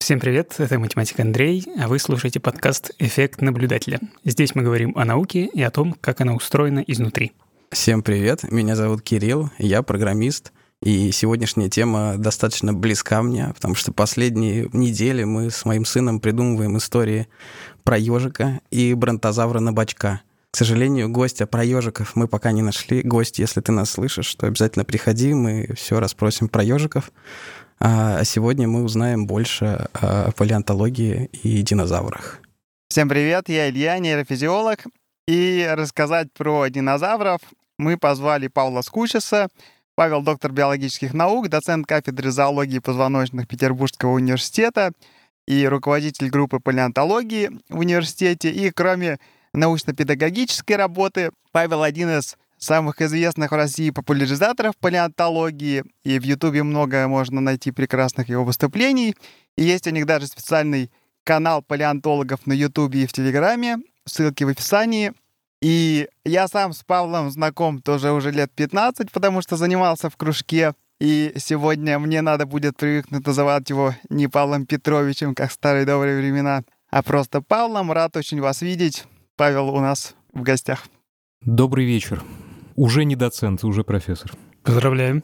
Всем привет, это математик Андрей, а вы слушаете подкаст «Эффект наблюдателя». Здесь мы говорим о науке и о том, как она устроена изнутри. Всем привет, меня зовут Кирилл, я программист, и сегодняшняя тема достаточно близка мне, потому что последние недели мы с моим сыном придумываем истории про ежика и бронтозавра-набачка. К сожалению, гостя про ежиков мы пока не нашли. Гость, если ты нас слышишь, то обязательно приходи, мы все расспросим про ежиков. А сегодня мы узнаем больше о палеонтологии и динозаврах. Всем привет, я Илья, нейрофизиолог. И рассказать про динозавров мы позвали Павла Скучиса. Павел — доктор биологических наук, доцент кафедры зоологии позвоночных Петербургского университета и руководитель группы палеонтологии в университете. И кроме научно-педагогической работы, Павел один из самых известных в России популяризаторов палеонтологии, и в Ютубе много можно найти прекрасных его выступлений. И есть у них даже специальный канал палеонтологов на Ютубе и в Телеграме, ссылки в описании. И я сам с Павлом знаком тоже уже лет 15, потому что занимался в кружке. И сегодня мне надо будет привыкнуть называть его не Павлом Петровичем, как в старые добрые времена, а просто Павлом. Рад очень вас видеть. Павел у нас в гостях. Добрый вечер. Уже не доцент, уже профессор. Поздравляем.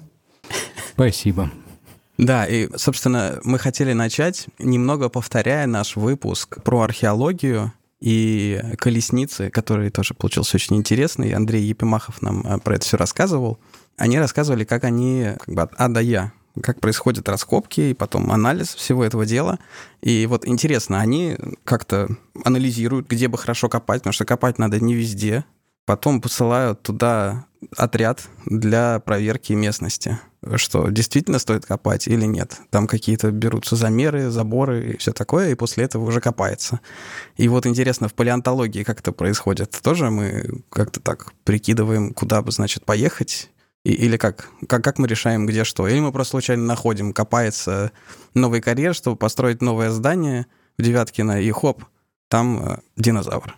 Спасибо. Да, и, собственно, мы хотели начать, немного повторяя наш выпуск про археологию и колесницы, который тоже получился очень интересный. Андрей Епимахов нам про это все рассказывал. Они рассказывали, как они от А до Я, как происходят раскопки и потом анализ всего этого дела. И вот интересно, они как-то анализируют, где бы хорошо копать, потому что копать надо не везде. Потом посылают туда отряд для проверки местности, что действительно стоит копать или нет. Там какие-то берутся замеры, заборы и все такое, и после этого уже копается. И вот интересно, в палеонтологии как это происходит? Тоже мы как-то так прикидываем, куда бы, значит, поехать? Или как мы решаем, где что? Или мы просто случайно находим, копается новый карьер, чтобы построить новое здание в Девяткино, и хоп, там динозавр.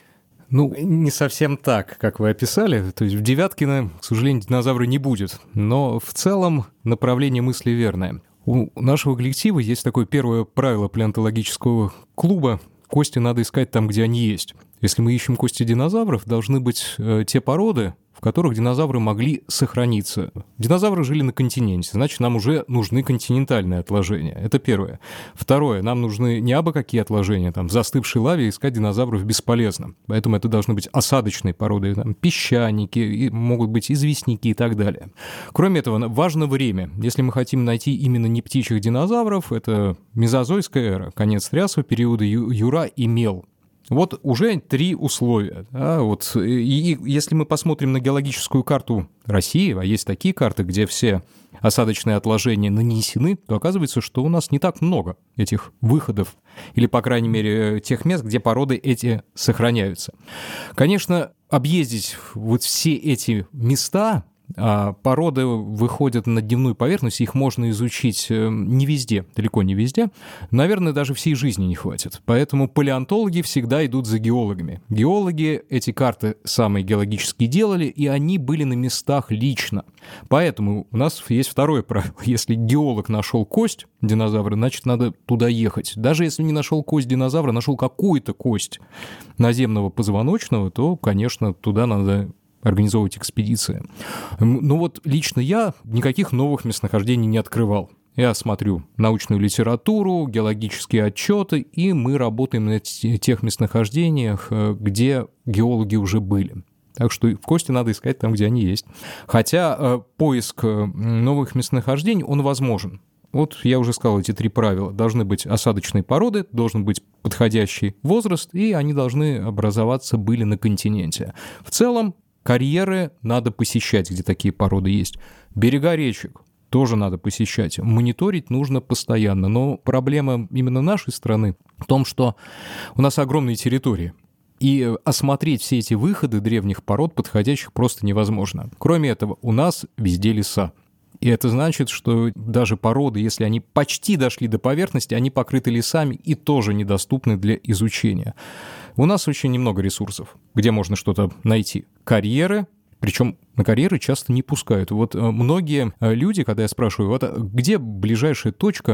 Ну, не совсем так, как вы описали. То есть в Девяткино, к сожалению, динозавра не будет. Но в целом направление мысли верное. У нашего коллектива есть такое первое правило палеонтологического клуба: кости надо искать там, где они есть. Если мы ищем кости динозавров, должны быть те породы, в которых динозавры могли сохраниться. Динозавры жили на континенте, значит, нам уже нужны континентальные отложения. Это первое. Второе, нам нужны не абы какие отложения. Там, в застывшей лаве искать динозавров бесполезно. Поэтому это должны быть осадочные породы, там, песчаники, могут быть известняки и так далее. Кроме этого, важно время. Если мы хотим найти именно не птичьих динозавров, это мезозойская эра, конец Триаса, периоды Юра и Мел. Вот уже 3 условия. Да, вот. И если мы посмотрим на геологическую карту России, а есть такие карты, где все осадочные отложения нанесены, то оказывается, что у нас не так много этих выходов, или, по крайней мере, тех мест, где породы эти сохраняются. Конечно, объездить вот все эти места, породы выходят на дневную поверхность, их можно изучить не везде, далеко не везде. Наверное, даже всей жизни не хватит. Поэтому палеонтологи всегда идут за геологами. Геологи эти карты самые геологические делали, и они были на местах лично. Поэтому у нас есть второе правило. Если геолог нашел кость динозавра, значит, надо туда ехать. Даже если не нашел кость динозавра, нашел какую-то кость наземного позвоночного, то, конечно, туда надо организовывать экспедиции. Ну вот лично я никаких новых местонахождений не открывал. Я смотрю научную литературу, геологические отчеты, и мы работаем на тех местонахождениях, где геологи уже были. Так что кости надо искать там, где они есть. Хотя поиск новых местонахождений, он возможен. Вот я уже сказал эти 3 правила. Должны быть осадочные породы, должен быть подходящий возраст, и они должны образоваться были на континенте. В целом, карьеры надо посещать, где такие породы есть. Берега речек тоже надо посещать. Мониторить нужно постоянно. Но проблема именно нашей страны в том, что у нас огромные территории. И осмотреть все эти выходы древних пород подходящих просто невозможно. Кроме этого, у нас везде леса. И это значит, что даже породы, если они почти дошли до поверхности, они покрыты лесами и тоже недоступны для изучения. У нас очень немного ресурсов, где можно что-то найти. Карьеры, причем на карьеры часто не пускают. Вот многие люди, когда я спрашиваю, вот где ближайшая точка,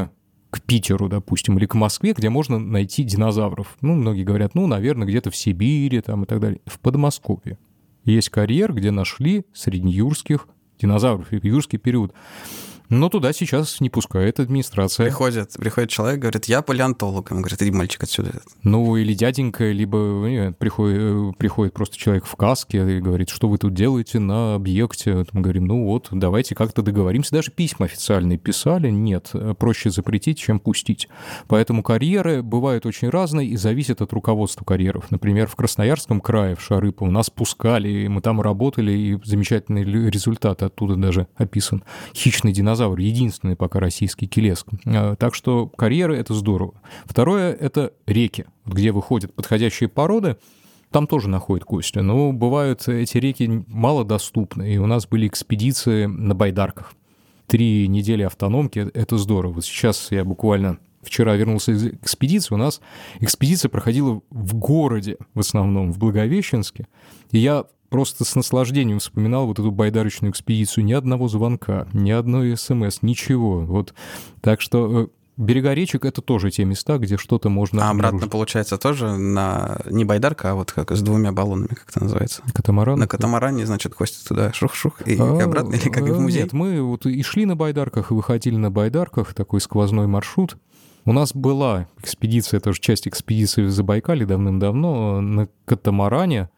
к Питеру, допустим, или к Москве, где можно найти динозавров. Многие говорят, наверное, где-то в Сибири там, и так далее. В Подмосковье есть карьер, где нашли среднеюрских динозавров, юрский период. Но туда сейчас не пускает администрация. Приходит человек, говорит, я палеонтолог. Он говорит, иди, мальчик, отсюда. Или дяденька, либо приходит просто человек в каске и говорит, что вы тут делаете на объекте. Мы говорим, давайте как-то договоримся. Даже письма официальные писали. Нет, проще запретить, чем пустить. Поэтому карьеры бывают очень разные и зависят от руководства карьеров. Например, в Красноярском крае, в Шарыпово, нас пускали, и мы там работали, и замечательный результат оттуда даже описан. Хищный динозавр. Единственный пока российский келеск. Так что карьеры — это здорово. Второе — это реки, где выходят подходящие породы. Там тоже находят кости. Но бывают эти реки малодоступны. И у нас были экспедиции на байдарках. 3 недели автономки — это здорово. Вот сейчас я буквально вчера вернулся из экспедиции. У нас экспедиция проходила в городе, в основном, в Благовещенске. И я просто с наслаждением вспоминал вот эту байдарочную экспедицию. Ни одного звонка, ни одной СМС, ничего. Так что берега речек — это тоже те места, где что-то можно обратно, обнаружить. Получается, тоже не байдарка, а вот как с 2 баллонами, как это называется? Катамаран? На катамаране, значит, кости туда шух-шух и обратно, или как и в музее? Нет, мы вот и шли на байдарках, и выходили на байдарках, такой сквозной маршрут. У нас была экспедиция, тоже часть экспедиции в Забайкалье давным-давно, на катамаране.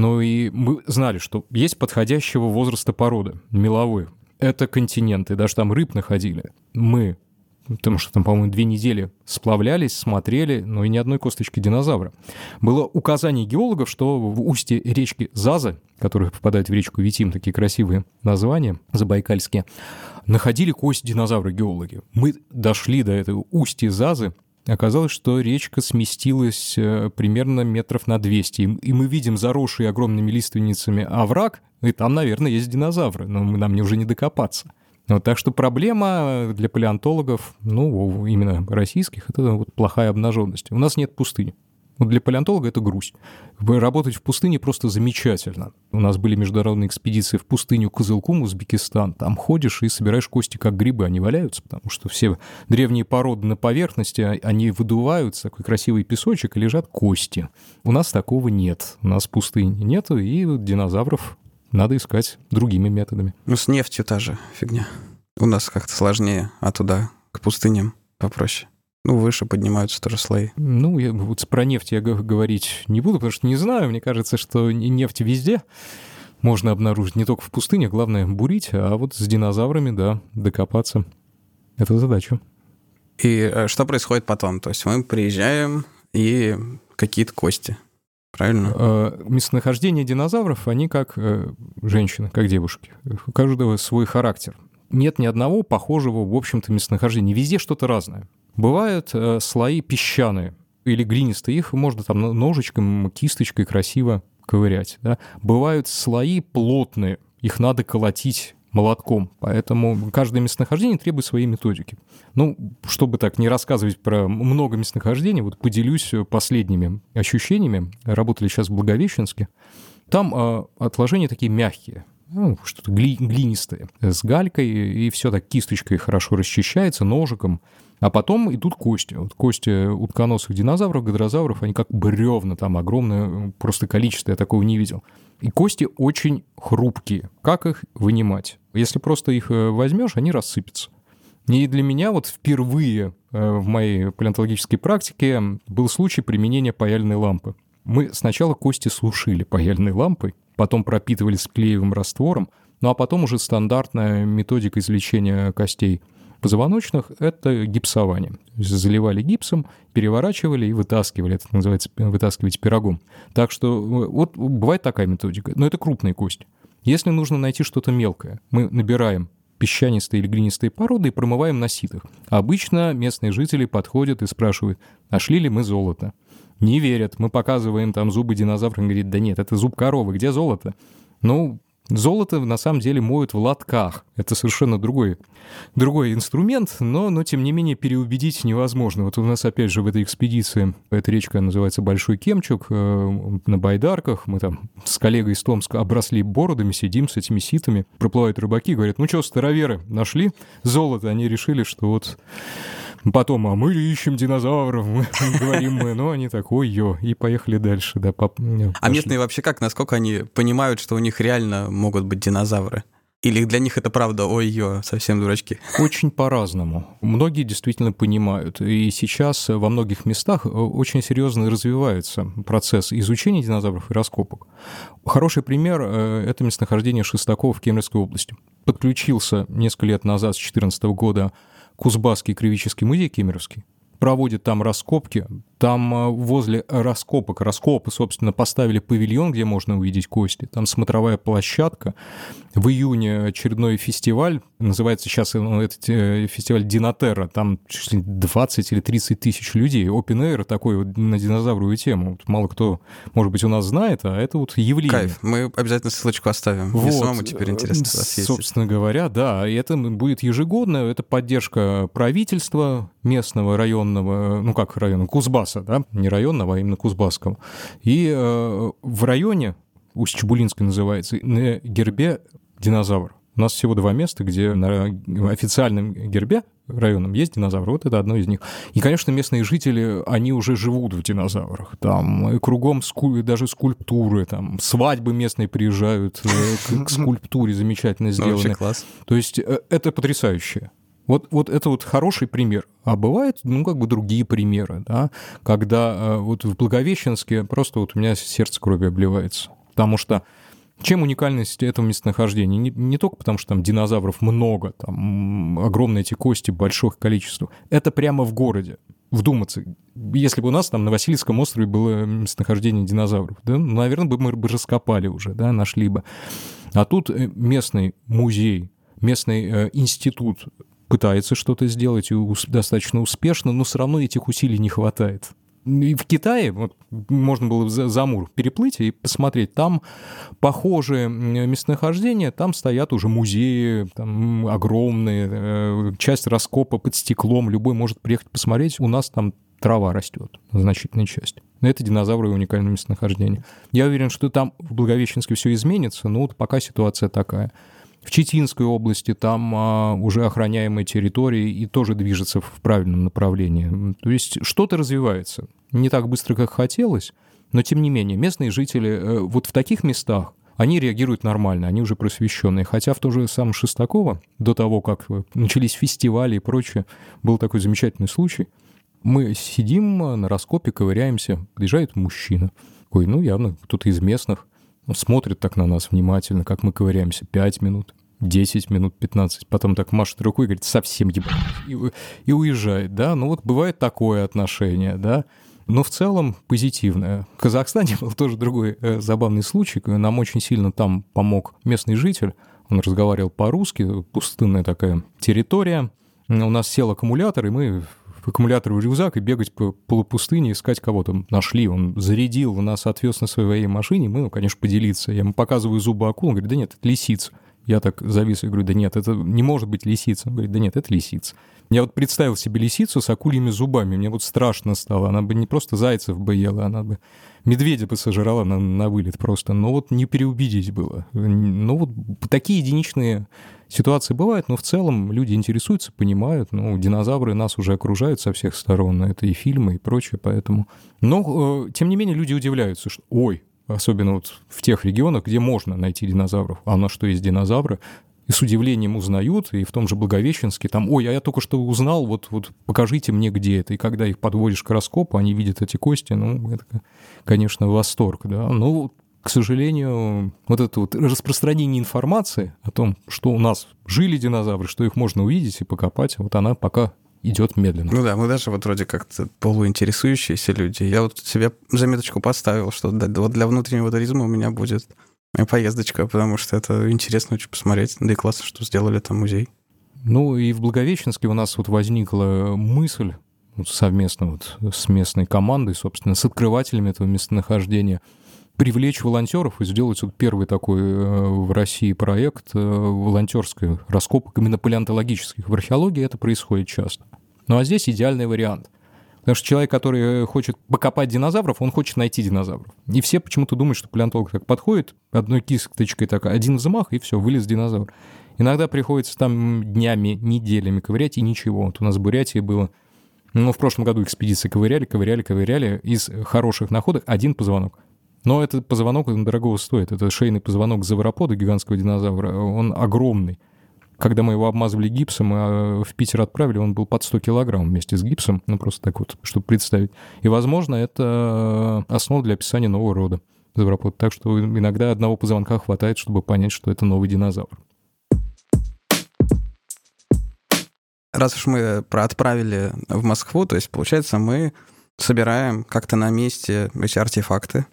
И мы знали, что есть подходящего возраста породы, меловой. Это континенты, даже там рыб находили. Мы, потому что там, по-моему, 2 недели сплавлялись, смотрели, но и ни одной косточки динозавра. Было указание геологов, что в устье речки Зазы, которая попадает в речку Витим, такие красивые названия забайкальские, находили кость динозавра геологи. Мы дошли до этого устья Зазы. Оказалось, что речка сместилась примерно метров на 200. И мы видим заросший огромными лиственницами овраг, и там, наверное, есть динозавры, но нам уже не докопаться. Так что проблема для палеонтологов, именно российских, это плохая обнаженность. У нас нет пустыни. Для палеонтолога это грусть. Работать в пустыне просто замечательно. У нас были международные экспедиции в пустыню Кызылкум, Узбекистан. Там ходишь и собираешь кости, как грибы. Они валяются, потому что все древние породы на поверхности, они выдуваются, такой красивый песочек, и лежат кости. У нас такого нет. У нас пустыни нет, и динозавров надо искать другими методами. С нефтью та же фигня. У нас как-то сложнее, а туда, к пустыням, попроще. Выше поднимаются тоже слои. Я про нефть я говорить не буду, потому что не знаю. Мне кажется, что нефть везде можно обнаружить, не только в пустыне. Главное — бурить, а вот с динозаврами, да, докопаться. Это задача. И что происходит потом? То есть мы приезжаем, и какие-то кости, правильно? Местонахождение динозавров, они как женщины, как девушки. У каждого свой характер. Нет ни одного похожего, в общем-то, местонахождения. Везде что-то разное. Бывают слои песчаные или глинистые. Их можно там ножичком, кисточкой красиво ковырять. Да? Бывают слои плотные. Их надо колотить молотком. Поэтому каждое местонахождение требует своей методики. Чтобы так не рассказывать про много местонахождений, поделюсь последними ощущениями. Работали сейчас в Благовещенске. Там отложения такие мягкие. Что-то глинистое, с галькой, и все так кисточкой хорошо расчищается, ножиком. А потом идут кости. Кости утконосых динозавров, гадрозавров, они как бревна там огромное, просто количество, я такого не видел. И кости очень хрупкие. Как их вынимать? Если просто их возьмешь, они рассыпятся. И для меня впервые в моей палеонтологической практике был случай применения паяльной лампы. Мы сначала кости сушили паяльной лампой, потом пропитывали склеевым раствором, а потом уже стандартная методика извлечения костей позвоночных — это гипсование. Заливали гипсом, переворачивали и вытаскивали. Это называется вытаскивать пирогом. Так что бывает такая методика. Но это крупные кости. Если нужно найти что-то мелкое, мы набираем песчанистые или глинистые породы и промываем на ситах. Обычно местные жители подходят и спрашивают, нашли ли мы золото. Не верят. Мы показываем там зубы динозавра, он говорит, да нет, это зуб коровы, где золото? Золото на самом деле моют в лотках. Это совершенно другой инструмент, но тем не менее переубедить невозможно. У нас опять же в этой экспедиции, эта речка называется Большой Кемчуг, на байдарках. Мы там с коллегой из Томска обросли бородами, сидим с этими ситами. Проплывают рыбаки, говорят, староверы, нашли золото? Они решили, что Потом, а мы ищем динозавров, говорим мы, но они так, ой-ё, и поехали дальше. Да, а местные вообще как? Насколько они понимают, что у них реально могут быть динозавры? Или для них это правда, ой-ё, совсем дурачки? Очень по-разному. Многие действительно понимают. И сейчас во многих местах очень серьезно развивается процесс изучения динозавров и раскопок. Хороший пример — это местонахождение Шестакова в Кемеровской области. Подключился несколько лет назад, с 2014 года, Кузбасский краеведческий музей Кемеровский. Проводит там раскопки. Там возле раскопы, собственно, поставили павильон, где можно увидеть кости. Там смотровая площадка. В июне очередной фестиваль. Называется сейчас этот фестиваль Динотерра. Там 20 или 30 тысяч людей. Open Air такой вот на динозавровую тему. Вот мало кто, может быть, у нас знает, а это вот явление. Кайф. Мы обязательно ссылочку оставим. Вот. Мне самому теперь интересно туда съездить. Собственно говоря, да. И это будет ежегодно. Это поддержка правительства местного, районного, ну как района, Кузбасса, да, не районного, а именно Кузбасского. И в районе, Усть-Чебулинской называется, на гербе динозавр. У нас всего 2 места, где на официальном гербе районом есть динозавры. Вот это одно из них. И, конечно, местные жители, они уже живут в динозаврах. Там кругом даже скульптуры, там свадьбы местные приезжают к скульптуре замечательно сделаны. Вообще класс. То есть это потрясающе. Вот это вот хороший пример. А бывают, другие примеры, да, когда вот в Благовещенске просто вот у меня сердце кровью обливается. Потому что чем уникальность этого местонахождения? Не только потому, что там динозавров много, там огромные эти кости, большое количество. Это прямо в городе. Вдуматься. Если бы у нас там на Васильевском острове было местонахождение динозавров, да, наверное, мы бы раскопали уже, да, нашли бы. А тут местный музей, местный институт пытается что-то сделать и достаточно успешно, но все равно этих усилий не хватает. И в Китае вот, можно было за Амур переплыть и посмотреть. Там похожие местонахождения, там стоят уже музеи, там огромные, часть раскопа под стеклом, любой может приехать посмотреть. У нас там трава растет, значительная часть. Это динозавровое уникальное местонахождение. Я уверен, что там в Благовещенске все изменится, но вот пока ситуация такая. В Читинской области там уже охраняемые территории и тоже движется в правильном направлении. То есть что-то развивается. Не так быстро, как хотелось, но тем не менее местные жители вот в таких местах, они реагируют нормально, они уже просвещенные. Хотя в то же самое Шестаково, до того, как начались фестивали и прочее, был такой замечательный случай. Мы сидим на раскопе, ковыряемся, подъезжает мужчина. Ой, явно кто-то из местных. Он смотрит так на нас внимательно, как мы ковыряемся 5 минут, 10 минут, 15. Потом так машет рукой и говорит, совсем ебать. И уезжает, да. Ну вот бывает такое отношение, да. Но в целом позитивное. В Казахстане был тоже другой забавный случай. Нам очень сильно там помог местный житель. Он разговаривал по-русски, пустынная такая территория. У нас сел аккумулятор, и мы аккумулятор в рюкзак и бегать по полупустыне, искать кого-то. Нашли, он зарядил, нас отвез на своей машине, мы, конечно, поделиться. Я ему показываю зубы акулы, он говорит, да нет, это лисица. Я так завис и говорю, да нет, это не может быть лисица. Он говорит, да нет, это лисица. Я вот представил себе лисицу с акульими зубами, мне вот страшно стало. Она бы не просто зайцев бы ела, она бы медведя бы сожрала на вылет просто. Но вот не переубедить было. Ну вот такие единичные ситуации бывают, но в целом люди интересуются, понимают. Ну, динозавры нас уже окружают со всех сторон. Это и фильмы, и прочее, поэтому... Но, тем не менее, люди удивляются, что ой, особенно вот в тех регионах, где можно найти динозавров. А у нас что, есть динозавры? И с удивлением узнают, и в том же Благовещенске, там, ой, а я только что узнал, вот покажите мне, где это. И когда их подводишь к раскопу, они видят эти кости, ну, это, конечно, восторг, да. Ну, к сожалению, вот это вот распространение информации о том, что у нас жили динозавры, что их можно увидеть и покопать, вот она пока идет медленно. Ну да, мы даже вот вроде как-то полуинтересующиеся люди. Я вот себе заметочку поставил, что вот для внутреннего туризма у меня будет поездочка, потому что это интересно очень посмотреть. Да и классно, что сделали там музей. Ну и в Благовещенске у нас вот возникла мысль совместно вот с местной командой, собственно, с открывателями этого местонахождения, привлечь волонтеров и сделать вот первый такой в России проект волонтерской раскопок именно палеонтологических. В археологии это происходит часто. Ну а здесь идеальный вариант. Потому что человек, который хочет покопать динозавров, он хочет найти динозавров. И все почему-то думают, что палеонтолог так подходит, одной кисточкой так, один взмах, и все, вылез динозавр. Иногда приходится там днями, неделями ковырять, и ничего. Вот у нас в Бурятии было Но в прошлом году экспедиции ковыряли. Из хороших находок один позвонок. Но этот позвонок он дорого стоит. Это шейный позвонок завропода, гигантского динозавра. Он огромный. Когда мы его обмазывали гипсом, а в Питер отправили, он был под 100 килограмм вместе с гипсом. Ну, просто так вот, чтобы представить. И, возможно, это основа для описания нового рода завропода. Так что иногда одного позвонка хватает, чтобы понять, что это новый динозавр. Раз уж мы отправили в Москву, то есть, получается, мы собираем как-то на месте эти артефакты.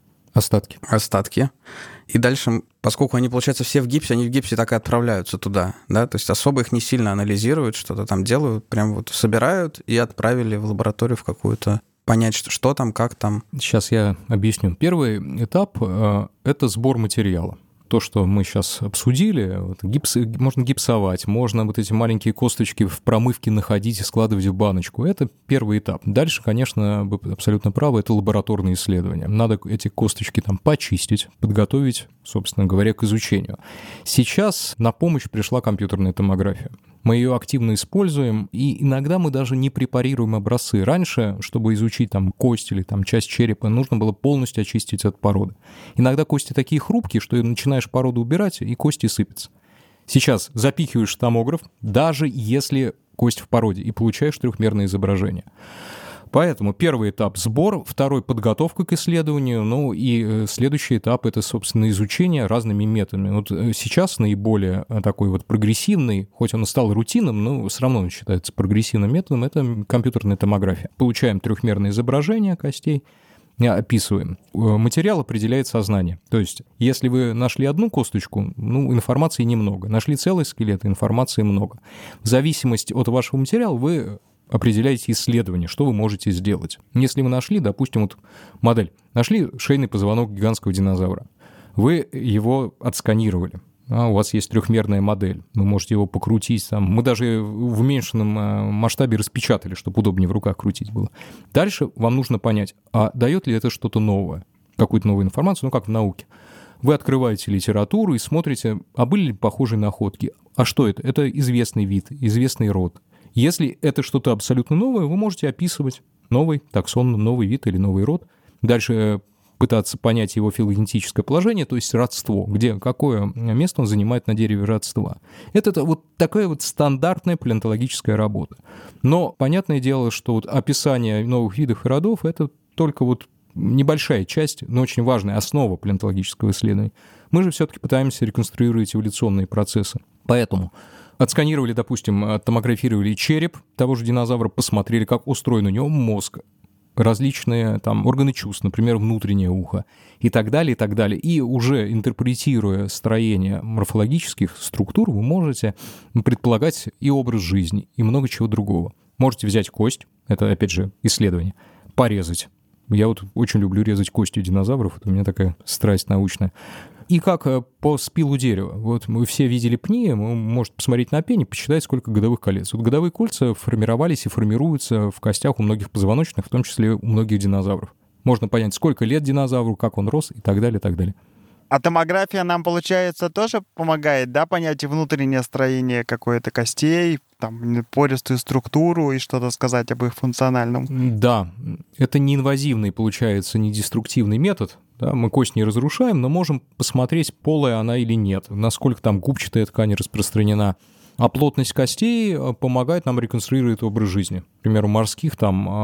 Остатки. И дальше, поскольку они, получается, все в гипсе, они в гипсе так и отправляются туда, да, то есть особо их не сильно анализируют, что-то там делают, прям вот собирают и отправили в лабораторию в какую-то, понять, что там, как там. Сейчас я объясню. Первый этап — это сбор материала. То, что мы сейчас обсудили, вот можно гипсовать, можно вот эти маленькие косточки в промывке находить и складывать в баночку. Это первый этап. Дальше, конечно, вы абсолютно правы, это лабораторные исследования. Надо эти косточки там почистить, подготовить, собственно говоря, к изучению. Сейчас на помощь пришла компьютерная томография. Мы ее активно используем, и иногда мы даже не препарируем образцы. Раньше, чтобы изучить там кость или там часть черепа, нужно было полностью очистить от породы. Иногда кости такие хрупкие, что начинаешь породу убирать, и кости сыпятся. Сейчас запихиваешь в томограф, даже если кость в породе, и получаешь трехмерное изображение. Поэтому первый этап — сбор, второй — подготовка к исследованию, ну и следующий этап — это, собственно, изучение разными методами. Вот сейчас наиболее такой вот прогрессивный, хоть он и стал рутинным, но все равно он считается прогрессивным методом, это компьютерная томография. Получаем трехмерное изображение костей, описываем. Материал определяет сознание. То есть, если вы нашли одну косточку, ну, информации немного. Нашли целый скелет, информации много. В зависимости от вашего материала вы определяете исследование, что вы можете сделать. Если вы нашли, допустим, вот модель, нашли шейный позвонок гигантского динозавра, вы его отсканировали, у вас есть трехмерная модель, вы можете его покрутить, там. Мы даже в уменьшенном масштабе распечатали, чтобы удобнее в руках крутить было. Дальше вам нужно понять, а дает ли это что-то новое, какую-то новую информацию, ну как в науке. Вы открываете литературу и смотрите, а были ли похожие находки, а что это? Это известный вид, известный род. Если это что-то абсолютно новое, вы можете описывать новый таксон, новый вид или новый род. Дальше пытаться понять его филогенетическое положение, то есть родство, какое место он занимает на дереве родства. Это вот такая вот стандартная палеонтологическая работа. Но понятное дело, что вот описание новых видов и родов — это только вот небольшая часть, но очень важная основа палеонтологического исследования. Мы же все-таки пытаемся реконструировать эволюционные процессы. Поэтому отсканировали, допустим, томографировали череп того же динозавра, посмотрели, как устроен у него мозг, различные там органы чувств, например, внутреннее ухо и так далее, и так далее. И уже интерпретируя строение морфологических структур, вы можете предполагать и образ жизни, и много чего другого. Можете взять кость, это, опять же, исследование, порезать. Я вот очень люблю резать кости динозавров, это у меня такая страсть научная. И как по спилу дерева. Вот мы все видели пни, вы можете посмотреть на пень и посчитать, сколько годовых колец. Вот годовые кольца формировались и формируются в костях у многих позвоночных, в том числе у многих динозавров. Можно понять, сколько лет динозавру, как он рос и так далее, и так далее. А томография нам, получается, тоже помогает, да, понять внутреннее строение какое-то костей, там, пористую структуру и что-то сказать об их функциональном? Да, это неинвазивный, получается, недеструктивный метод. Да, мы кость не разрушаем, но можем посмотреть, полая она или нет, насколько там губчатая ткань распространена. А плотность костей помогает нам реконструировать образ жизни. Например, у морских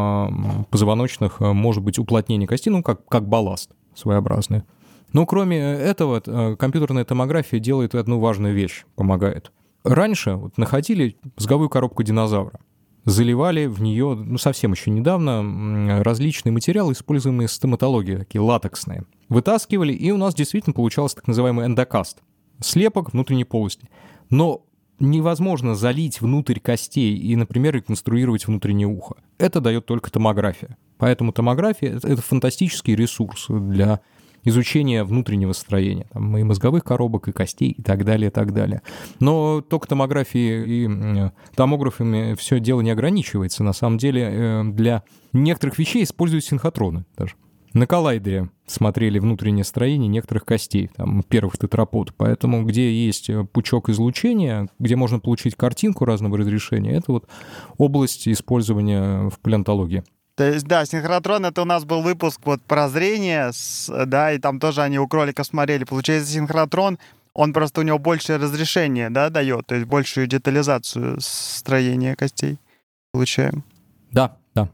там позвоночных может быть уплотнение костей, ну, как балласт своеобразный. Но кроме этого, компьютерная томография делает одну важную вещь, помогает. Раньше вот находили мозговую коробку динозавра, заливали в нее, ну, совсем еще недавно, различные материалы, используемые в стоматологии, такие латексные. Вытаскивали, и у нас действительно получался так называемый эндокаст, слепок внутренней полости. Но невозможно залить внутрь костей и, например, реконструировать внутреннее ухо. Это дает только томография. Поэтому томография — это фантастический ресурс для изучения внутреннего строения, там, и мозговых коробок, и костей, и так далее, и так далее. Но только томографией и томографами все дело не ограничивается. На самом деле для некоторых вещей используют синхотроны даже. На коллайдере смотрели внутреннее строение некоторых костей, там, первых тетрапод. Поэтому где есть пучок излучения, где можно получить картинку разного разрешения, это вот область использования в палеонтологии. То есть, да, синхротрон — это у нас был выпуск вот про зрение, да, и там тоже они у кроликов смотрели. Получается, синхротрон, он просто у него большее разрешение, да, дает, то есть большую детализацию строения костей получаем. Да.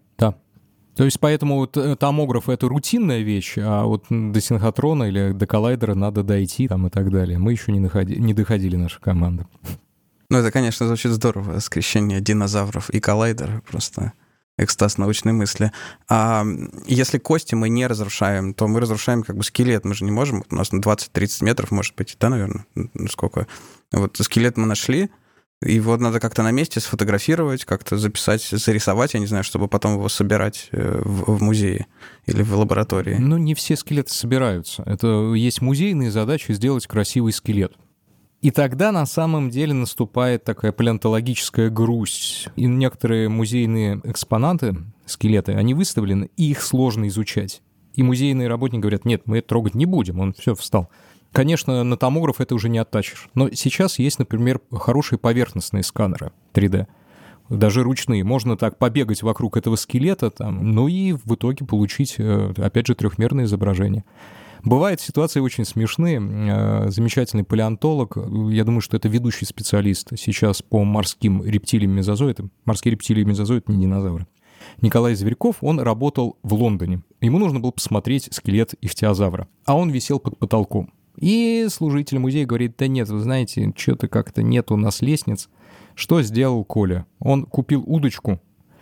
То есть поэтому вот томограф — это рутинная вещь, а вот до синхротрона или до коллайдера надо дойти там и так далее. Мы еще не доходили, наша команда. Ну, это, конечно, звучит здорово, скрещение динозавров и коллайдера, просто экстаз научной мысли. А если кости мы не разрушаем, то мы разрушаем как бы скелет, мы же не можем, у нас 20-30 метров, может быть, да, наверное, сколько. Вот скелет мы нашли, его надо как-то на месте сфотографировать, как-то записать, зарисовать, я не знаю, чтобы потом его собирать в музее или в лаборатории. Ну, не все скелеты собираются. Это есть музейные задачи сделать красивый скелет. И тогда на самом деле наступает такая палеонтологическая грусть. И некоторые музейные экспонаты, скелеты, они выставлены, и их сложно изучать. И музейные работники говорят: нет, мы это трогать не будем, он все встал. Конечно, на томограф это уже не оттачишь. Но сейчас есть, например, хорошие поверхностные сканеры 3D. Даже ручные. Можно так побегать вокруг этого скелета, там, ну и в итоге получить, опять же, трехмерное изображение. Бывают ситуации очень смешные. Замечательный палеонтолог, я думаю, что это ведущий специалист сейчас по морским рептилиям мезозоидам. Морские рептилии и мезозоид — не динозавры. Николай Зверьков, он работал в Лондоне. Ему нужно было посмотреть скелет ихтиозавра, а он висел под потолком. И служитель музея говорит: да нет, вы знаете, что-то как-то нет у нас лестниц. Что сделал Коля? Он купил удочку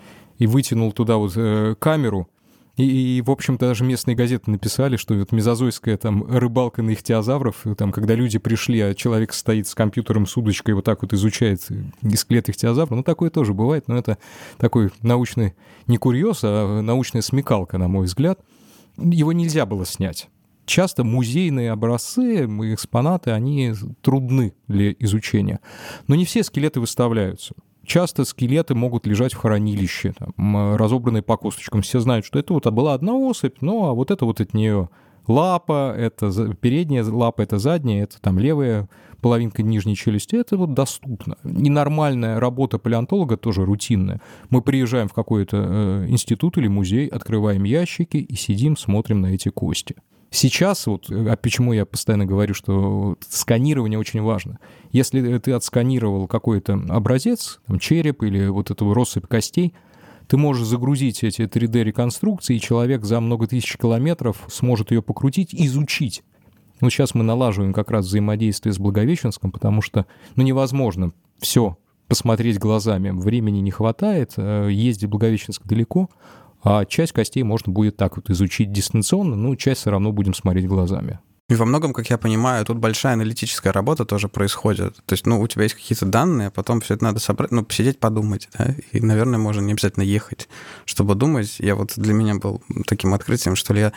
и вытянул туда вот камеру. И, в общем-то, даже местные газеты написали, что вот мезозойская там рыбалка на ихтиозавров, там, когда люди пришли, а человек стоит с компьютером, с удочкой, вот так вот изучает скелет ихтиозавра. Ну, такое тоже бывает, но это такой научный не курьез, а научная смекалка, на мой взгляд. Его нельзя было снять. Часто музейные образцы, экспонаты, они трудны для изучения. Но не все скелеты выставляются. Часто скелеты могут лежать в хранилище, там, разобранные по косточкам. Все знают, что это вот была одна особь, ну, а вот это вот от нее лапа, это передняя лапа, это задняя, это там левая половинка нижней челюсти. Это вот доступно. Ненормальная работа палеонтолога тоже рутинная. Мы приезжаем в какой-то институт или музей, открываем ящики и сидим, смотрим на эти кости. Сейчас, вот, почему я постоянно говорю, что сканирование очень важно. Если ты отсканировал какой-то образец, там, череп или вот эту россыпь костей, ты можешь загрузить эти 3D-реконструкции, и человек за много тысяч километров сможет ее покрутить, изучить. Вот сейчас мы налаживаем как раз взаимодействие с Благовещенском, потому что невозможно все посмотреть глазами. Времени не хватает, ездить в Благовещенск далеко. А часть костей можно будет так вот изучить дистанционно, ну, часть все равно будем смотреть глазами. И во многом, как я понимаю, тут большая аналитическая работа тоже происходит. То есть, ну, у тебя есть какие-то данные, а потом все это надо собрать, ну, посидеть, подумать, да, и, наверное, можно не обязательно ехать, чтобы думать. Я вот для меня был таким открытием, что ли,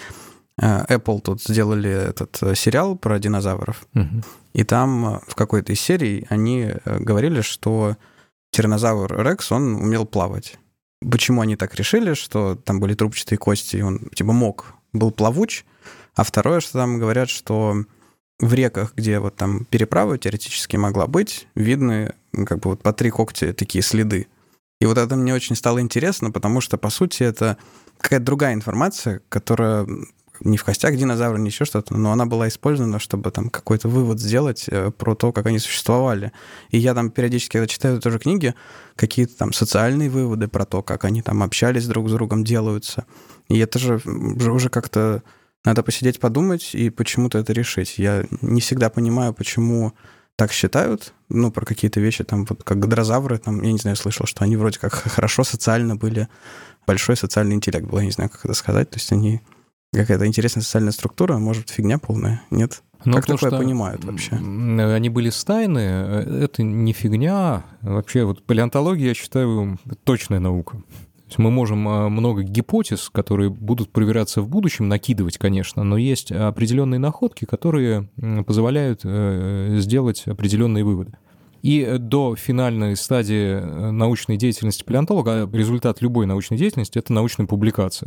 Apple тут сделали этот сериал про динозавров, и там в какой-то из серий они говорили, что тираннозавр Рекс, он умел плавать. Почему они так решили, что там были трубчатые кости, и он типа был плавуч, а второе, что там говорят, что в реках, где вот там переправа теоретически могла быть, видны как бы вот по 3 когтя такие следы. И вот это мне очень стало интересно, потому что, по сути, это какая-то другая информация, которая не в костях динозавра, не еще что-то, но она была использована, чтобы там какой-то вывод сделать про то, как они существовали. И я там периодически, когда читаю тоже книги, какие-то там социальные выводы про то, как они там общались друг с другом, делаются. И это же уже как-то надо посидеть, подумать и почему-то это решить. Я не всегда понимаю, почему так считают, ну, про какие-то вещи, там, вот как гадрозавры, там, я не знаю, слышал, что они вроде как хорошо социально были, большой социальный интеллект был, я не знаю, как это сказать, то есть они... Какая-то интересная социальная структура, может, фигня полная, нет? Но как то, такое что понимают вообще? Они были стайны, это не фигня. Вообще, вот палеонтология, я считаю, точная наука. То есть мы можем много гипотез, которые будут проверяться в будущем, накидывать, конечно, но есть определенные находки, которые позволяют сделать определенные выводы. И до финальной стадии научной деятельности палеонтолога, результат любой научной деятельности — это научная публикация.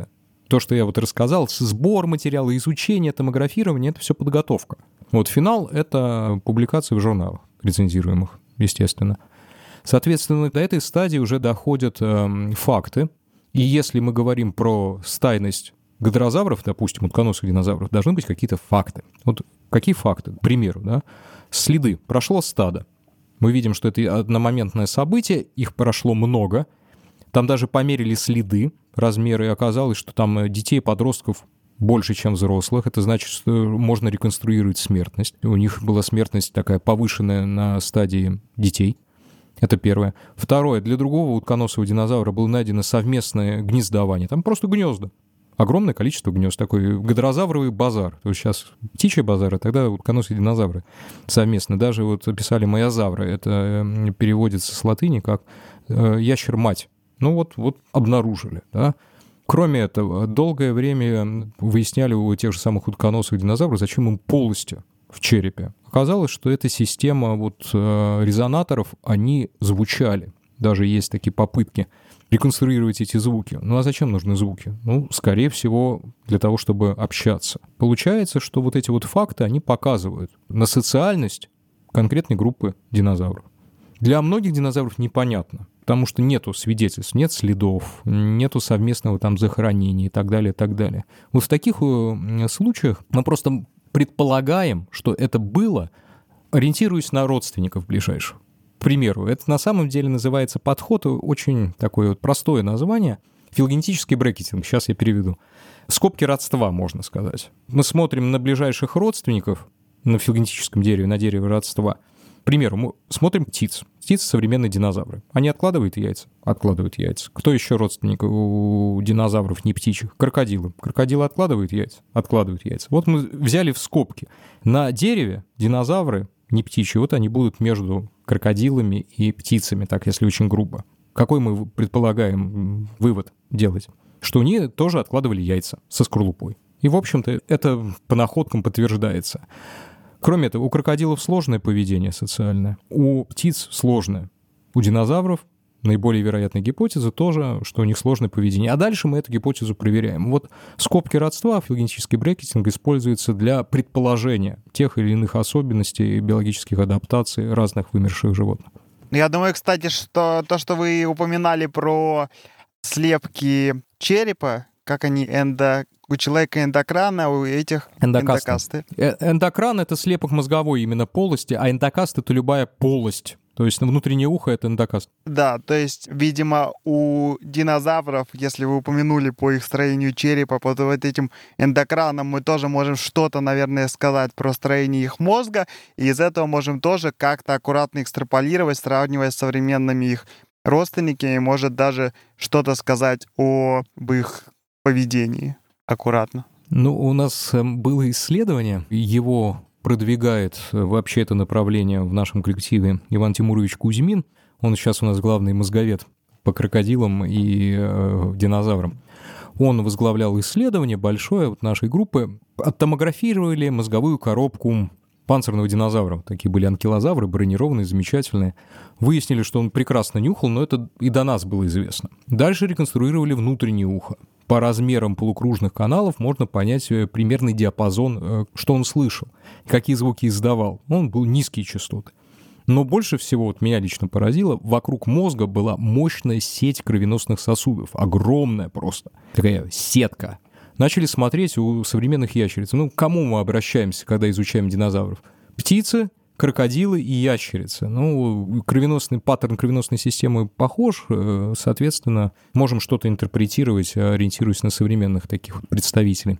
то, что я вот рассказал, сбор материала, изучение, томографирование — это все подготовка. Вот финал — это публикации в журналах рецензируемых, естественно. Соответственно, до этой стадии уже доходят факты. И если мы говорим про стайность гадрозавров, допустим, утконосых динозавров, должны быть какие-то факты. Вот какие факты? К примеру, да? Следы. Прошло стадо. Мы видим, что это одномоментное событие, их прошло много. Там даже померили следы, размеры, и оказалось, что там детей, подростков больше, чем взрослых. Это значит, что можно реконструировать смертность. У них была смертность такая повышенная на стадии детей. Это первое. Второе. Для другого утконосого динозавра было найдено совместное гнездование. Там просто гнезда. Огромное количество гнезд. Такой гадрозавровый базар. То есть сейчас птичий базар, а тогда утконосые динозавры совместно. Даже вот описали моязавры. Это переводится с латыни как ящер-мать. Ну вот обнаружили, да. Кроме этого, долгое время выясняли у тех же самых утконосых динозавров, зачем им полости в черепе. Оказалось, что эта система резонаторов, они звучали. Даже есть такие попытки реконструировать эти звуки. Ну а зачем нужны звуки? Ну, скорее всего, для того, чтобы общаться. Получается, что вот эти вот факты, они показывают на социальность конкретной группы динозавров. Для многих динозавров непонятно, потому что нету свидетельств, нет следов, нету совместного там захоронения и так далее, и так далее. Вот в таких случаях мы просто предполагаем, что это было, ориентируясь на родственников ближайших. К примеру, это на самом деле называется подход, очень такое вот простое название, филогенетический брекетинг, сейчас я переведу. Скобки родства, можно сказать. Мы смотрим на ближайших родственников на филогенетическом дереве, на дереве родства. К примеру, мы смотрим птиц. Птицы — современные динозавры. Они откладывают яйца? Откладывают яйца. Кто еще родственник у динозавров не птичьих? Крокодилы. Крокодилы откладывают яйца? Откладывают яйца. Вот мы взяли в скобки. На дереве динозавры не птичьи, вот они будут между крокодилами и птицами, так, если очень грубо. Какой мы предполагаем вывод делать? Что они тоже откладывали яйца со скорлупой. И, в общем-то, это по находкам подтверждается. Кроме этого, у крокодилов сложное поведение социальное, у птиц сложное. У динозавров наиболее вероятная гипотеза тоже, что у них сложное поведение. А дальше мы эту гипотезу проверяем. Вот скобки родства, филогенетический брекетинг используется для предположения тех или иных особенностей биологических адаптаций разных вымерших животных. Я думаю, кстати, что то, что вы упоминали про слепки черепа, как они у человека эндокран, а у этих эндокасты. Эндокран — это слепок мозговой именно полости, а эндокаст — это любая полость. То есть внутреннее ухо — это эндокаст. Да, то есть, видимо, у динозавров, если вы упомянули по их строению черепа, под вот этим эндокраном, мы тоже можем что-то, наверное, сказать про строение их мозга, и из этого можем тоже как-то аккуратно экстраполировать, сравнивая с современными их родственниками, может даже что-то сказать об их поведении аккуратно. Ну, у нас было исследование, его продвигает вообще это направление в нашем коллективе Иван Тимурович Кузьмин. Он сейчас у нас главный мозговед по крокодилам и динозаврам. Он возглавлял исследование большое вот нашей группы. Оттомографировали мозговую коробку панцирного динозавра. Такие были анкилозавры, бронированные, замечательные. Выяснили, что он прекрасно нюхал, но это и до нас было известно. Дальше реконструировали внутреннее ухо. По размерам полукружных каналов можно понять примерный диапазон, что он слышал, какие звуки издавал. Он был низкие частоты. Но больше всего, вот меня лично поразило, вокруг мозга была мощная сеть кровеносных сосудов. Огромная просто. Такая сетка. Начали смотреть у современных ящериц. Ну, к кому мы обращаемся, когда изучаем динозавров? Птицы, крокодилы и ящерицы. Ну, паттерн кровеносной системы похож, соответственно, можем что-то интерпретировать, ориентируясь на современных таких вот представителей.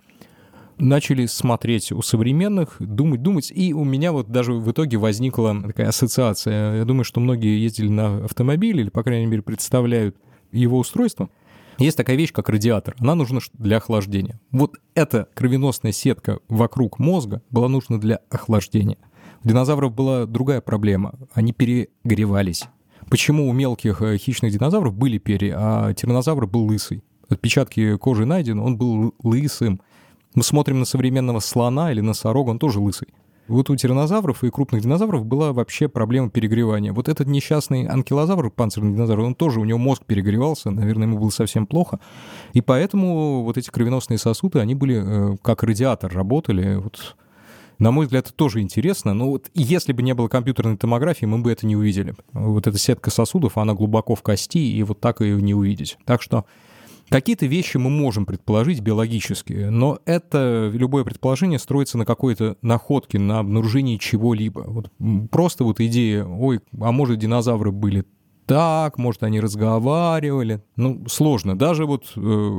Начали смотреть у современных, думать, и у меня вот даже в итоге возникла такая ассоциация. Я думаю, что многие ездили на автомобиле, или, по крайней мере, представляют его устройство. Есть такая вещь, как радиатор. Она нужна для охлаждения. Вот эта кровеносная сетка вокруг мозга была нужна для охлаждения. У динозавров была другая проблема. Они перегревались. Почему у мелких хищных динозавров были перья, а тираннозавр был лысый? Отпечатки кожи найдены, он был лысым. Мы смотрим на современного слона или носорога, он тоже лысый. Вот у тираннозавров и крупных динозавров была вообще проблема перегревания. Вот этот несчастный анкилозавр, панцирный динозавр, он тоже, у него мозг перегревался, наверное, ему было совсем плохо. И поэтому вот эти кровеносные сосуды, они были как радиатор, работали. Вот, на мой взгляд, это тоже интересно. Но вот если бы не было компьютерной томографии, мы бы это не увидели. Вот эта сетка сосудов, она глубоко в кости, и вот так ее не увидеть. Так что какие-то вещи мы можем предположить биологически, но это любое предположение строится на какой-то находке, на обнаружении чего-либо. Вот просто вот идея, ой, а может динозавры были так, может они разговаривали. Ну, сложно. Даже вот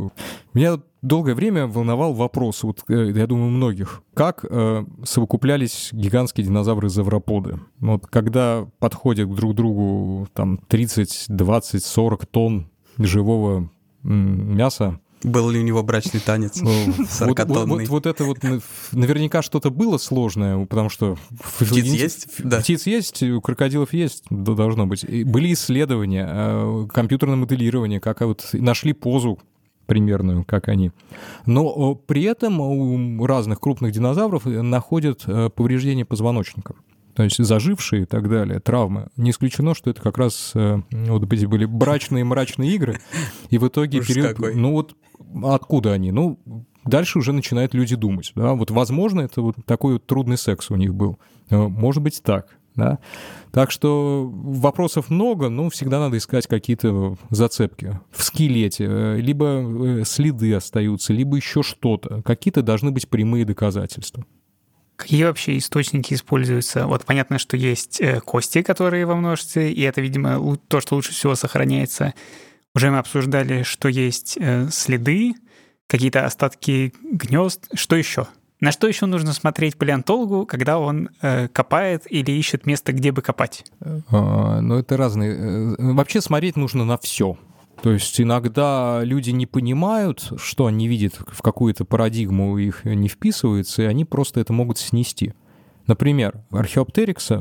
меня долгое время волновал вопрос, вот я думаю, многих, как совокуплялись гигантские динозавры-завроподы. Вот когда подходят друг к другу там 30, 20, 40 тонн живого мяса. Был ли у него брачный танец 40-тонный? Вот это вот наверняка что-то было сложное, потому что... Птиц есть? Да. Птиц есть, у крокодилов есть, должно быть. Были исследования, компьютерное моделирование, как вот нашли позу примерную, как они. Но при этом у разных крупных динозавров находят повреждения позвоночника. То есть зажившие и так далее, травмы. Не исключено, что это как раз вот эти были брачные мрачные игры, и в итоге период... Ну вот откуда они? Ну, дальше уже начинают люди думать. Да? Вот, возможно, это вот такой вот трудный секс у них был. Может быть, так. Да? Так что вопросов много, но всегда надо искать какие-то зацепки в скелете. Либо следы остаются, либо еще что-то. Какие-то должны быть прямые доказательства. Какие вообще источники используются? Вот понятно, что есть кости, которые во множестве, и это, видимо, то, что лучше всего сохраняется. Уже мы обсуждали, что есть следы, какие-то остатки гнезд. Что еще? На что еще нужно смотреть палеонтологу, когда он копает или ищет место, где бы копать? Ну, это разные. Вообще смотреть нужно на все. То есть иногда люди не понимают, что они видят, в какую-то парадигму их не вписывается, и они просто это могут снести. Например, археоптерикса,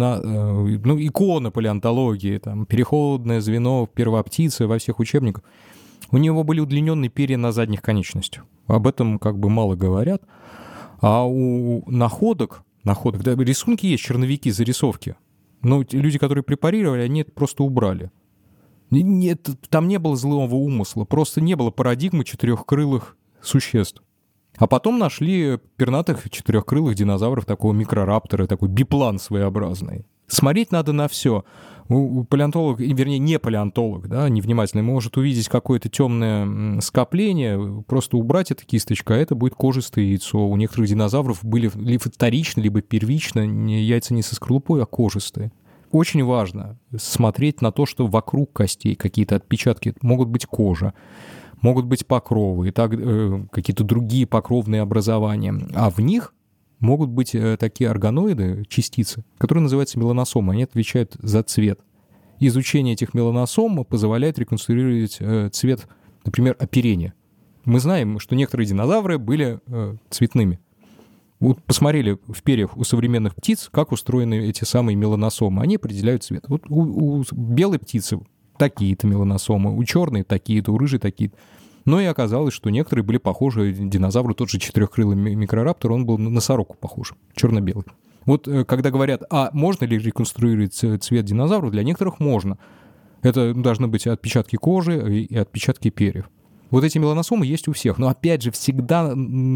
икона палеонтологии, там, переходное звено, первоптица во всех учебниках, у него были удлиненные перья на задних конечностях. Об этом как бы мало говорят. А у находок, да, рисунки есть, черновики, зарисовки. Но люди, которые препарировали, они это просто убрали. Нет, там не было злого умысла, просто не было парадигмы четырехкрылых существ. А потом нашли пернатых четырехкрылых динозавров, такого микрораптора, такой биплан своеобразный. Смотреть надо на все. Палеонтолог, вернее, не палеонтолог, да, невнимательный, может увидеть какое-то темное скопление, просто убрать эту кисточку, а это будет кожистое яйцо. У некоторых динозавров были либо вторично, либо первично яйца не со скорлупой, а кожистые. Очень важно смотреть на то, что вокруг костей какие-то отпечатки, могут быть кожа, могут быть покровы, и так, какие-то другие покровные образования. А в них могут быть такие органоиды, частицы, которые называются меланосомы. Они отвечают за цвет. Изучение этих меланосом позволяет реконструировать цвет, например, оперения. Мы знаем, что некоторые динозавры были цветными. Вот посмотрели в перьях у современных птиц, как устроены эти самые меланосомы. Они определяют цвет. Вот у белой птицы такие-то меланосомы, у черной такие-то, у рыжей такие-то. Но и оказалось, что некоторые были похожи. Динозавры, тот же четырехкрылый микрораптор, он был на сороку похож, черно-белый. Вот когда говорят, а можно ли реконструировать цвет динозавра, для некоторых можно. Это должны быть отпечатки кожи и отпечатки перьев. Вот эти меланосомы есть у всех. Но, опять же, всегда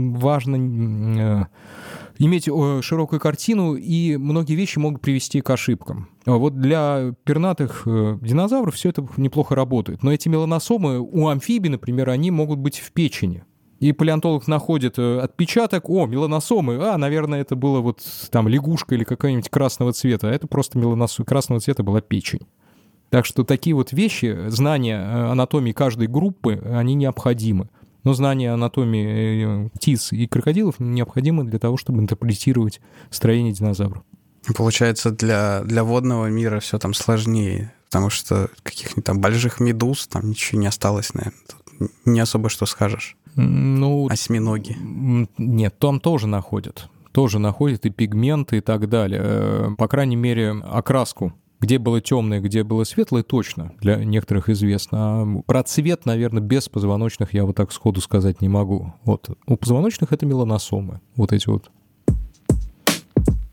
важно иметь широкую картину, и многие вещи могут привести к ошибкам. Вот для пернатых динозавров все это неплохо работает. Но эти меланосомы у амфибий, например, они могут быть в печени. И палеонтолог находит отпечаток, меланосомы, наверное, это было вот там лягушка или какая-нибудь красного цвета. А это просто красного цвета была печень. Так что такие вот вещи, знания анатомии каждой группы, они необходимы. Но знание анатомии птиц и крокодилов необходимо для того, чтобы интерпретировать строение динозавров. Получается, для водного мира все там сложнее, потому что каких-нибудь там больших медуз там ничего не осталось, наверное. Тут не особо что скажешь. Осьминоги. Нет, там тоже находят. Тоже находят и пигменты и так далее. По крайней мере, окраску. Где было темное, где было светлое, точно для некоторых известно. А про цвет, наверное, без позвоночных я вот так сходу сказать не могу. Вот. У позвоночных это меланосомы. Вот эти вот.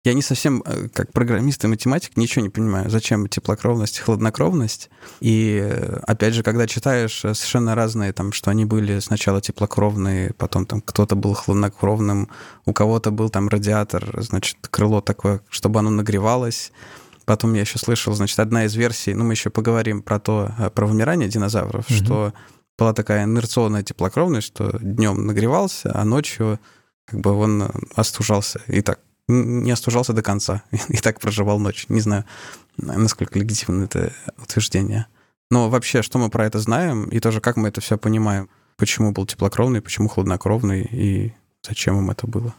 Я не совсем, как программист и математик, ничего не понимаю, зачем теплокровность, хладнокровность. И, опять же, когда читаешь совершенно разные, там, что они были сначала теплокровные, потом там кто-то был хладнокровным, у кого-то был там радиатор, значит, крыло такое, чтобы оно нагревалось. Потом я еще слышал, значит, одна из версий, мы еще поговорим про вымирание динозавров, что была такая инерционная теплокровность, что днем нагревался, а ночью как бы он остужался. И так не остужался до конца, и так проживал ночь. Не знаю, насколько легитимно это утверждение. Но вообще, что мы про это знаем, и тоже как мы это все понимаем? Почему был теплокровный, почему хладнокровный, и зачем им это было?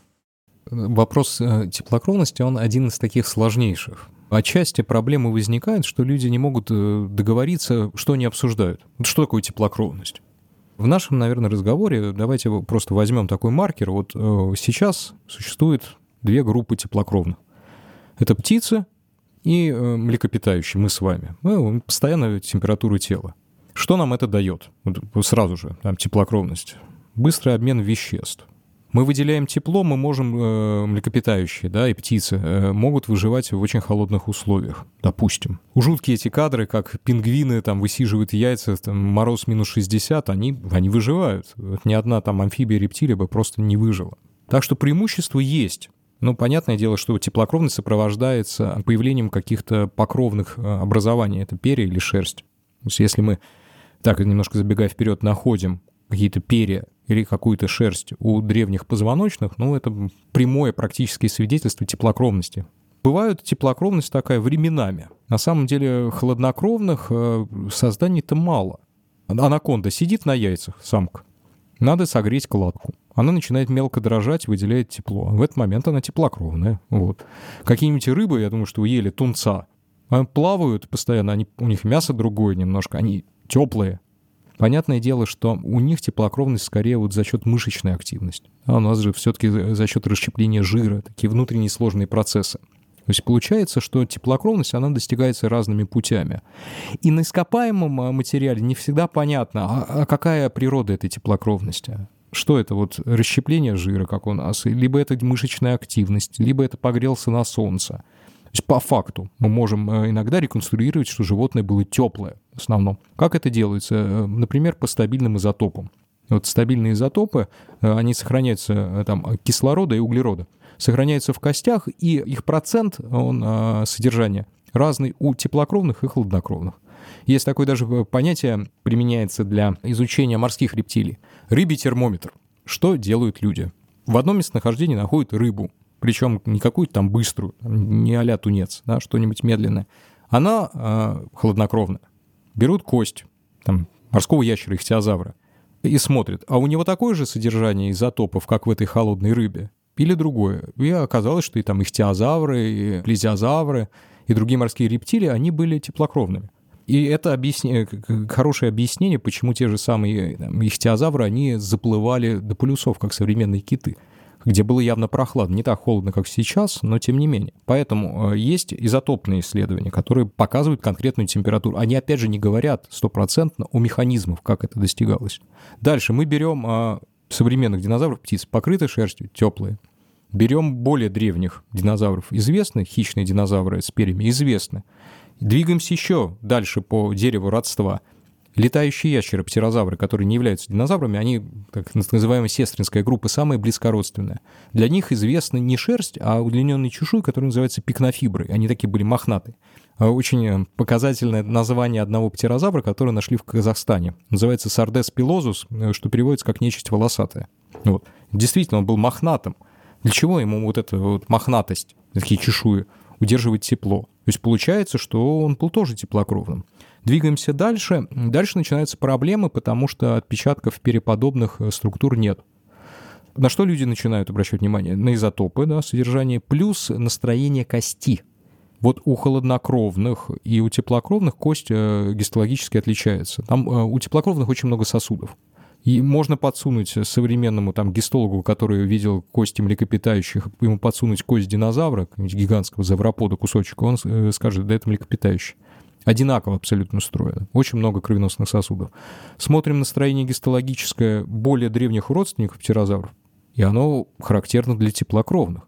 Вопрос теплокровности, он один из таких сложнейших. Отчасти проблемы возникают, что люди не могут договориться, что они обсуждают. Вот что такое теплокровность? В нашем, наверное, разговоре давайте просто возьмем такой маркер. Вот сейчас существует 2 группы теплокровных. Это птицы и млекопитающие, мы с вами. Мы постоянно температуру тела. Что нам это дает? Вот сразу же, там, теплокровность. Быстрый обмен веществ. Мы выделяем тепло, мы можем, млекопитающие, да, и птицы, могут выживать в очень холодных условиях, допустим. Жуткие эти кадры, как пингвины там высиживают яйца, там, мороз минус 60, они выживают. Ни одна там амфибия, рептилия бы просто не выжила. Так что преимущество есть. Ну, понятное дело, что теплокровность сопровождается появлением каких-то покровных образований, это перья или шерсть. То есть если мы, так немножко забегая вперед, находим какие-то перья или какую-то шерсть у древних позвоночных, это прямое практическое свидетельство теплокровности. Бывает теплокровность такая временами. На самом деле хладнокровных созданий-то мало. Анаконда сидит на яйцах, самка. Надо согреть кладку. Она начинает мелко дрожать, выделяет тепло. В этот момент она теплокровная. Вот. Какие-нибудь рыбы, я думаю, что вы ели тунца, плавают постоянно, у них мясо другое немножко, они теплые. Понятное дело, что у них теплокровность скорее вот за счет мышечной активности. А у нас же все-таки за счет расщепления жира, такие внутренние сложные процессы. То есть получается, что теплокровность, она достигается разными путями. И на ископаемом материале не всегда понятно, а какая природа этой теплокровности. Что это, вот расщепление жира, как у нас, либо это мышечная активность, либо это погрелся на солнце. То есть по факту мы можем иногда реконструировать, что животное было теплое в основном. Как это делается? Например, по стабильным изотопам. Вот стабильные изотопы, они сохраняются там, кислорода и углерода, сохраняются в костях, и их процент содержания разный у теплокровных и хладнокровных. Есть такое даже понятие, применяется для изучения морских рептилий. Рыбий термометр. Что делают люди? В одном местонахождении находят рыбу, причем не какую-то там быструю, не а-ля тунец, да, что-нибудь медленное. Она хладнокровная. Берут кость там, морского ящера, ихтиозавра, и смотрят, а у него такое же содержание изотопов, как в этой холодной рыбе, или другое. И оказалось, что и там ихтиозавры, и плезиозавры, и другие морские рептилии, они были теплокровными. И это хорошее объяснение, почему те же самые ихтиозавры, они заплывали до полюсов, как современные киты, где было явно прохладно, не так холодно, как сейчас, но тем не менее. Поэтому есть изотопные исследования, которые показывают конкретную температуру. Они, опять же, не говорят стопроцентно о механизмах, как это достигалось. Дальше мы берем современных динозавров, птиц, покрытые шерстью, теплые. Берем более древних динозавров, известны, хищные динозавры с перьями, известны. Двигаемся еще дальше по дереву родства. Летающие ящеры, птерозавры, которые не являются динозаврами, они, так называемая сестринская группа, самая близкородственная. Для них известна не шерсть, а удлиненный чешуй, который называется пикнофиброй. Они такие были мохнатые. Очень показательное название одного птерозавра, который нашли в Казахстане. Называется Sardes pilosus, что переводится как нечисть волосатая. Вот. Действительно, он был мохнатым. Для чего ему вот эта вот мохнатость, такие чешуи, удерживать тепло? То есть получается, что он был тоже теплокровным. Двигаемся дальше. Дальше начинаются проблемы, потому что отпечатков переподобных структур нет. На что люди начинают обращать внимание? На изотопы, да, содержание, плюс настроение кости. Вот у холоднокровных и у теплокровных кость гистологически отличается. Там у теплокровных очень много сосудов. И можно подсунуть современному там гистологу, который видел кости млекопитающих, ему подсунуть кость динозавра, гигантского завропода кусочек, он скажет, да это млекопитающий. Одинаково абсолютно устроено. Очень много кровеносных сосудов. Смотрим на строение гистологическое более древних родственников птерозавров, и оно характерно для теплокровных.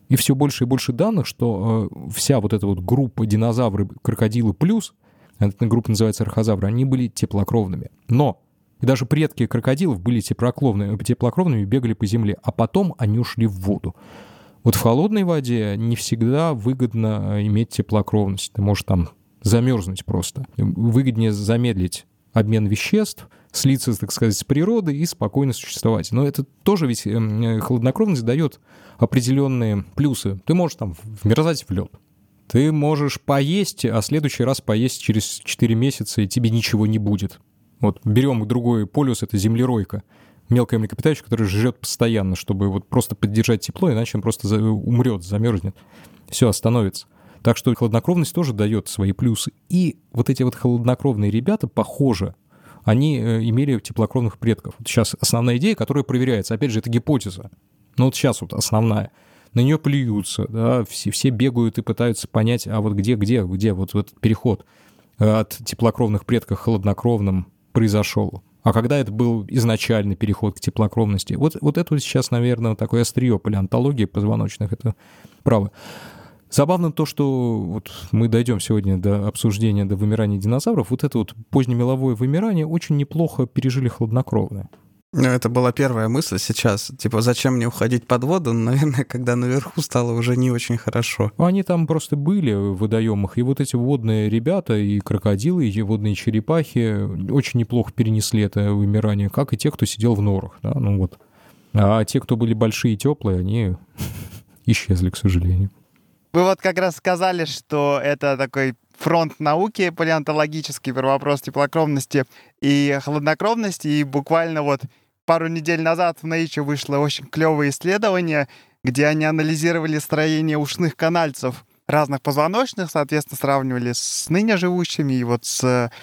И все больше и больше данных, что вся вот эта вот группа динозавры, крокодилы плюс, эта группа называется архозавры, они были теплокровными. Но и даже предки крокодилов были теплокровными, бегали по земле, а потом они ушли в воду. Вот в холодной воде не всегда выгодно иметь теплокровность. Ты можешь там замерзнуть просто. Выгоднее замедлить обмен веществ, слиться, так сказать, с природой и спокойно существовать. Но это тоже ведь холоднокровность дает определенные плюсы. Ты можешь там вмерзать в лед. Ты можешь поесть, а в следующий раз поесть через 4 месяца, и тебе ничего не будет. Вот берем другой полюс, это землеройка. Мелкое млекопитающее, которое жрет постоянно, чтобы вот просто поддержать тепло, иначе он просто умрет, замерзнет. Все, остановится. Так что хладнокровность тоже дает свои плюсы. И вот эти вот холоднокровные ребята, похоже, они имели теплокровных предков. Вот сейчас основная идея, которая проверяется. Опять же, это гипотеза. Но вот сейчас вот основная. На нее плюются, да, все бегают и пытаются понять, а вот где вот этот переход от теплокровных предков к холоднокровным произошел. А когда это был изначальный переход к теплокровности? Вот это вот сейчас, наверное, такое острие палеонтологии позвоночных, это право. Забавно то, что вот мы дойдем сегодня до обсуждения, до вымирания динозавров, вот это вот позднемеловое вымирание очень неплохо пережили холоднокровные. Ну, это была первая мысль сейчас. Типа, зачем мне уходить под воду? Наверное, когда наверху стало уже не очень хорошо. Они там просто были в водоемах, и вот эти водные ребята, и крокодилы, и водные черепахи очень неплохо перенесли это вымирание, как и те, кто сидел в норах. Да? Ну, вот. А те, кто были большие и теплые, они исчезли, к сожалению. Вы вот как раз сказали, что это такой фронт науки палеонтологический, про вопрос теплокровности и холоднокровности, и буквально вот пару недель назад в Nature вышло очень клевое исследование, где они анализировали строение ушных канальцев разных позвоночных, соответственно, сравнивали с ныне живущими, и вот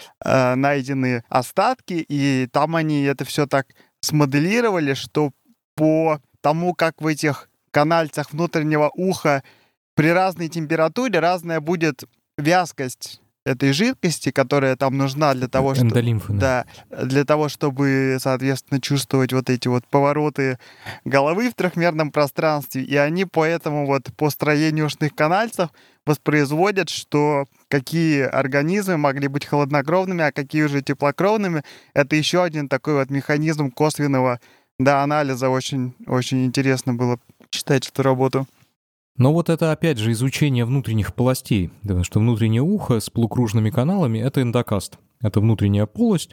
найденные остатки, и там они это все так смоделировали, что по тому, как в этих канальцах внутреннего уха при разной температуре разная будет вязкость этой жидкости, которая там нужна для того, чтобы... Эндолимфы, да, для того, чтобы, соответственно, чувствовать вот эти вот повороты головы в трехмерном пространстве. И они поэтому вот по строению ушных канальцев воспроизводят, что какие организмы могли быть холоднокровными, а какие уже теплокровными. Это еще один такой вот механизм косвенного анализа. Очень, очень интересно было читать эту работу. Но вот это, опять же, изучение внутренних полостей, потому что внутреннее ухо с полукружными каналами — это эндокаст, это внутренняя полость.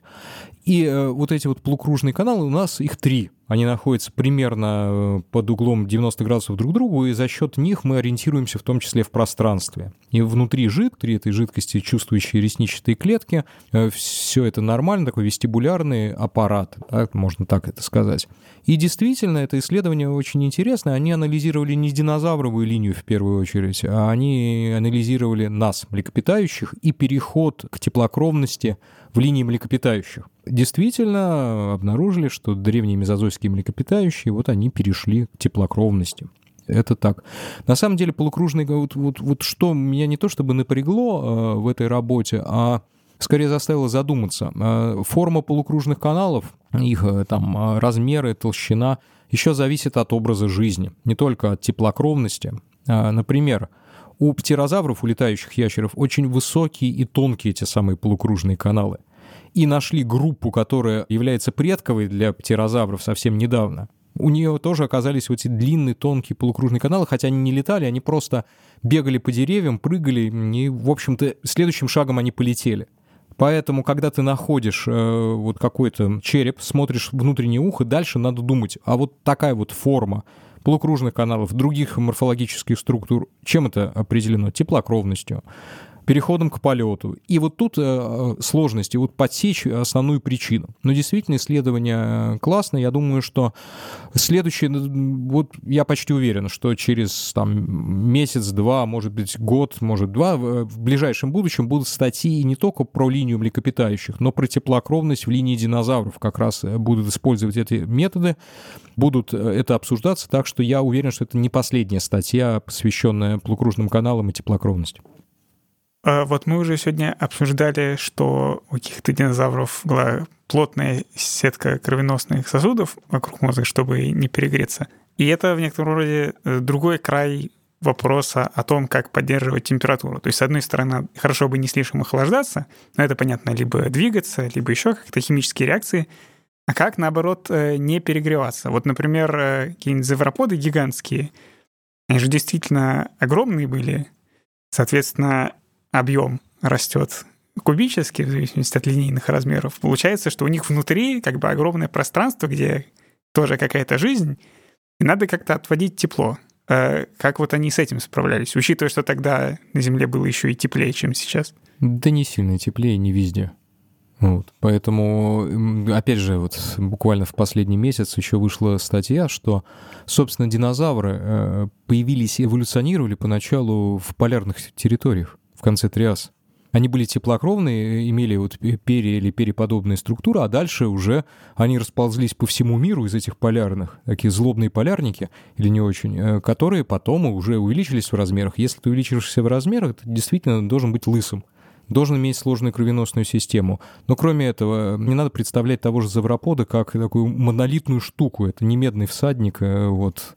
И вот эти вот полукружные каналы, у нас их 3. Они находятся примерно под углом 90 градусов друг к другу, и за счет них мы ориентируемся в том числе в пространстве. И внутри этой жидкости чувствующие ресничатые клетки, все это нормально, такой вестибулярный аппарат, да, можно так это сказать. И действительно, это исследование очень интересное. Они анализировали не динозавровую линию в первую очередь, а они анализировали нас, млекопитающих, и переход к теплокровности в линии млекопитающих. Действительно обнаружили, что древние мезозойские млекопитающие, вот они перешли к теплокровности. Это так. На самом деле полукружный, вот что меня не то чтобы напрягло в этой работе, а скорее заставило задуматься. Форма полукружных каналов, их там размеры, толщина, еще зависит от образа жизни, не только от теплокровности. Например, у птерозавров, у летающих ящеров, очень высокие и тонкие эти самые полукружные каналы. И нашли группу, которая является предковой для птерозавров совсем недавно. У нее тоже оказались вот эти длинные, тонкие полукружные каналы, хотя они не летали, они просто бегали по деревьям, прыгали, и, в общем-то, следующим шагом они полетели. Поэтому, когда ты находишь вот какой-то череп, смотришь внутреннее ухо, дальше надо думать, а вот такая вот форма полукружных каналов, других морфологических структур, чем это определено? Теплокровностью, переходом к полету. И вот тут сложности, вот подсечь основную причину. Но действительно исследование классное. Я думаю, что следующее, вот я почти уверен, что через там, месяц-два, может быть, год, может, 2, в ближайшем будущем будут статьи не только про линию млекопитающих, но про теплокровность в линии динозавров. Как раз будут использовать эти методы, будут это обсуждаться. Так что я уверен, что это не последняя статья, посвященная полукружным каналам и теплокровности. Вот мы уже сегодня обсуждали, что у каких-то динозавров была плотная сетка кровеносных сосудов вокруг мозга, чтобы не перегреться. И это в некотором роде другой край вопроса о том, как поддерживать температуру. То есть, с одной стороны, хорошо бы не слишком охлаждаться, но это, понятно, либо двигаться, либо еще как-то химические реакции, а как, наоборот, не перегреваться. Вот, например, какие-нибудь зевроподы гигантские, они же действительно огромные были, соответственно, объем растет кубически, в зависимости от линейных размеров. Получается, что у них внутри как бы огромное пространство, где тоже какая-то жизнь, и надо как-то отводить тепло. Как вот они с этим справлялись, учитывая, что тогда на Земле было еще и теплее, чем сейчас? Да не сильно теплее, не везде. Вот. Поэтому, опять же, вот буквально в последний месяц еще вышла статья, что, собственно, динозавры появились и эволюционировали поначалу в полярных территориях в конце Триаса. Они были теплокровные, имели вот перья или перьеподобные структуры, а дальше уже они расползлись по всему миру из этих полярных, такие злобные полярники, или не очень, которые потом уже увеличились в размерах. Если ты увеличиваешься в размерах, ты действительно должен быть лысым, должен иметь сложную кровеносную систему. Но кроме этого, не надо представлять того же завропода как такую монолитную штуку. Это не медный всадник. Вот.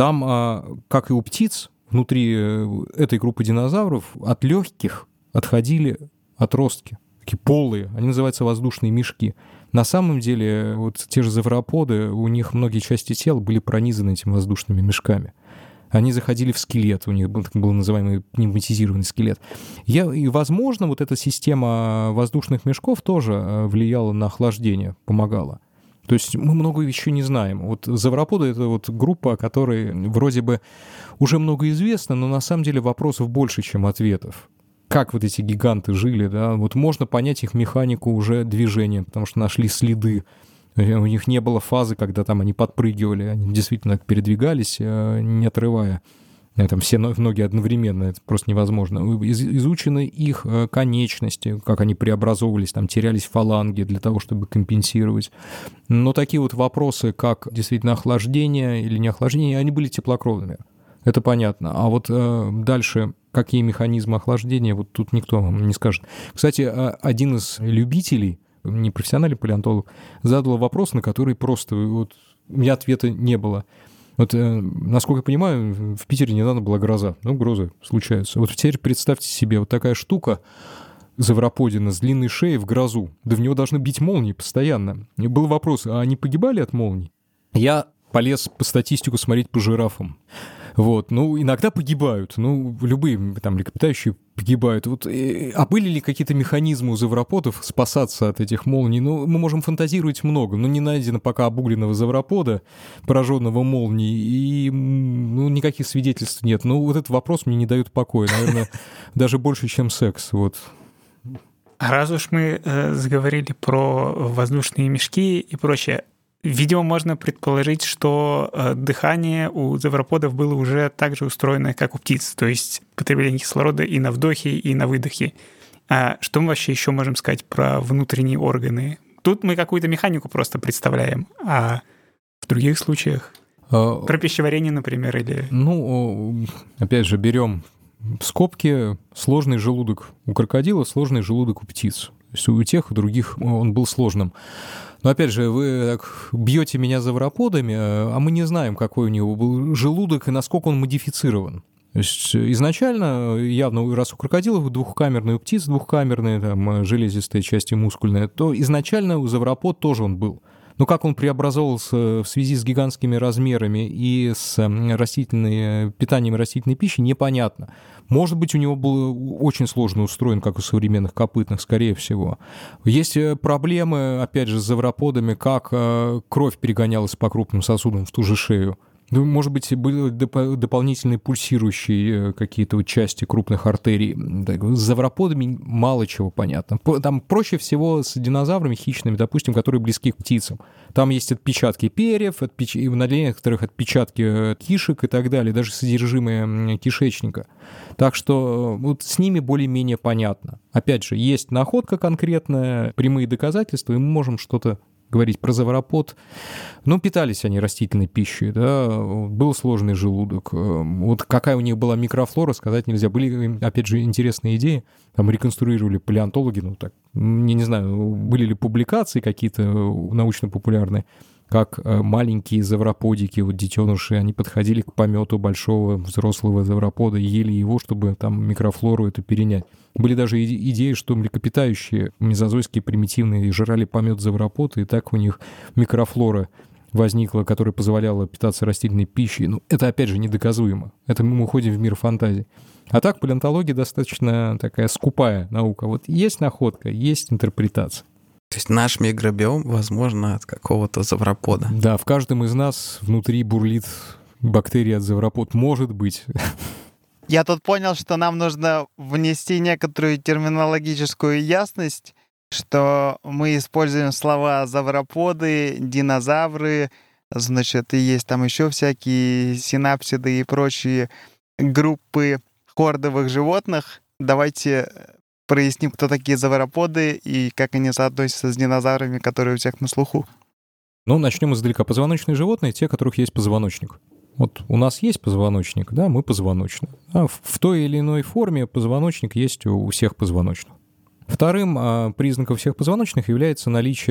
Там, как и у птиц, внутри этой группы динозавров от легких отходили отростки, такие полые, они называются воздушные мешки. На самом деле, вот те же завроподы, у них многие части тела были пронизаны этими воздушными мешками. Они заходили в скелет, у них был называемый пневматизированный скелет. И, возможно, вот эта система воздушных мешков тоже влияла на охлаждение, помогала. То есть мы много еще не знаем. Вот завроподы — это вот группа, о которой вроде бы уже много известно, но на самом деле вопросов больше, чем ответов. Как вот эти гиганты жили, да, вот можно понять их механику уже движения, потому что нашли следы. У них не было фазы, когда там они подпрыгивали, они действительно передвигались, не отрывая там все ноги одновременно, это просто невозможно. Изучены их конечности, как они преобразовывались, там терялись фаланги для того, чтобы компенсировать. Но такие вот вопросы, как действительно охлаждение или не охлаждение, они были теплокровными. Это понятно. А вот дальше, какие механизмы охлаждения, вот тут никто вам не скажет. Кстати, один из любителей, не профессиональный палеонтолог, задал вопрос, на который просто вот у меня ответа не было. Вот, насколько я понимаю, в Питере недавно была гроза. Ну, грозы случаются. Вот теперь представьте себе, вот такая штука, завроподина с длинной шеей в грозу. Да в него должны бить молнии постоянно. И был вопрос, а они погибали от молний? Я полез по статистику смотреть по жирафам. Вот, ну, иногда погибают, ну, любые там млекопитающие погибают. Вот, а были ли какие-то механизмы у завроподов спасаться от этих молний? Ну, мы можем фантазировать много, но не найдено пока обугленного завропода, пораженного молнией, и ну, никаких свидетельств нет. Ну, вот этот вопрос мне не дает покоя, наверное, даже больше, чем секс, вот. А раз уж мы заговорили про воздушные мешки и прочее, видимо, можно предположить, что дыхание у завроподов было уже так же устроено, как у птиц, то есть потребление кислорода и на вдохе, и на выдохе. А что мы вообще еще можем сказать про внутренние органы? Тут мы какую-то механику просто представляем, а в других случаях? Про пищеварение, например, или... Ну, опять же, берем в скобки сложный желудок у крокодила, сложный желудок у птиц. То есть у тех, у других он был сложным. Но опять же, вы так бьете меня завроподами, а мы не знаем, какой у него был желудок и насколько он модифицирован. То есть изначально, явно, раз у крокодилов двухкамерные, у птиц двухкамерные, там, железистые части мускульные, то изначально у завропод тоже он был. Но как он преобразовался в связи с гигантскими размерами и с питанием растительной пищи, непонятно. Может быть, у него был очень сложно устроен, как у современных копытных, скорее всего. Есть проблемы, опять же, с завроподами, как кровь перегонялась по крупным сосудам в ту же шею. Может быть, были дополнительные пульсирующие какие-то вот части крупных артерий. С завроподами мало чего понятно. Там проще всего с динозаврами хищными, допустим, которые близки к птицам. Там есть отпечатки перьев, на некоторых отпечатки кишек и так далее, даже содержимое кишечника. Так что вот с ними более-менее понятно. Опять же, есть находка конкретная, прямые доказательства, и мы можем что-то говорить про завропод. Ну, питались они растительной пищей, да, был сложный желудок. Вот какая у них была микрофлора, сказать нельзя. Были, опять же, интересные идеи. Там реконструировали палеонтологи, ну, так, не знаю, были ли публикации какие-то научно-популярные, как маленькие завроподики, вот детеныши, они подходили к помету большого взрослого завропода и ели его, чтобы там микрофлору эту перенять. Были даже идеи, что млекопитающие мезозойские примитивные жрали помет завропода, и так у них микрофлора возникла, которая позволяла питаться растительной пищей. Ну, это, опять же, недоказуемо. Это мы уходим в мир фантазий. А так, палеонтология достаточно такая скупая наука. Вот есть находка, есть интерпретация. То есть наш микробиом, возможно, от какого-то завропода. Да, в каждом из нас внутри бурлит бактерия от завропод. Может быть. Я тут понял, что нам нужно внести некоторую терминологическую ясность, что мы используем слова завроподы, динозавры, значит, и есть там еще всякие синапсиды и прочие группы хордовых животных. Давайте проясним, кто такие завроподы и как они соотносятся с динозаврами, которые у всех на слуху. Ну, начнем издалека. Позвоночные животные — те, у которых есть позвоночник. Вот у нас есть позвоночник, да, мы позвоночные. А в той или иной форме позвоночник есть у всех позвоночных. Вторым признаком всех позвоночных является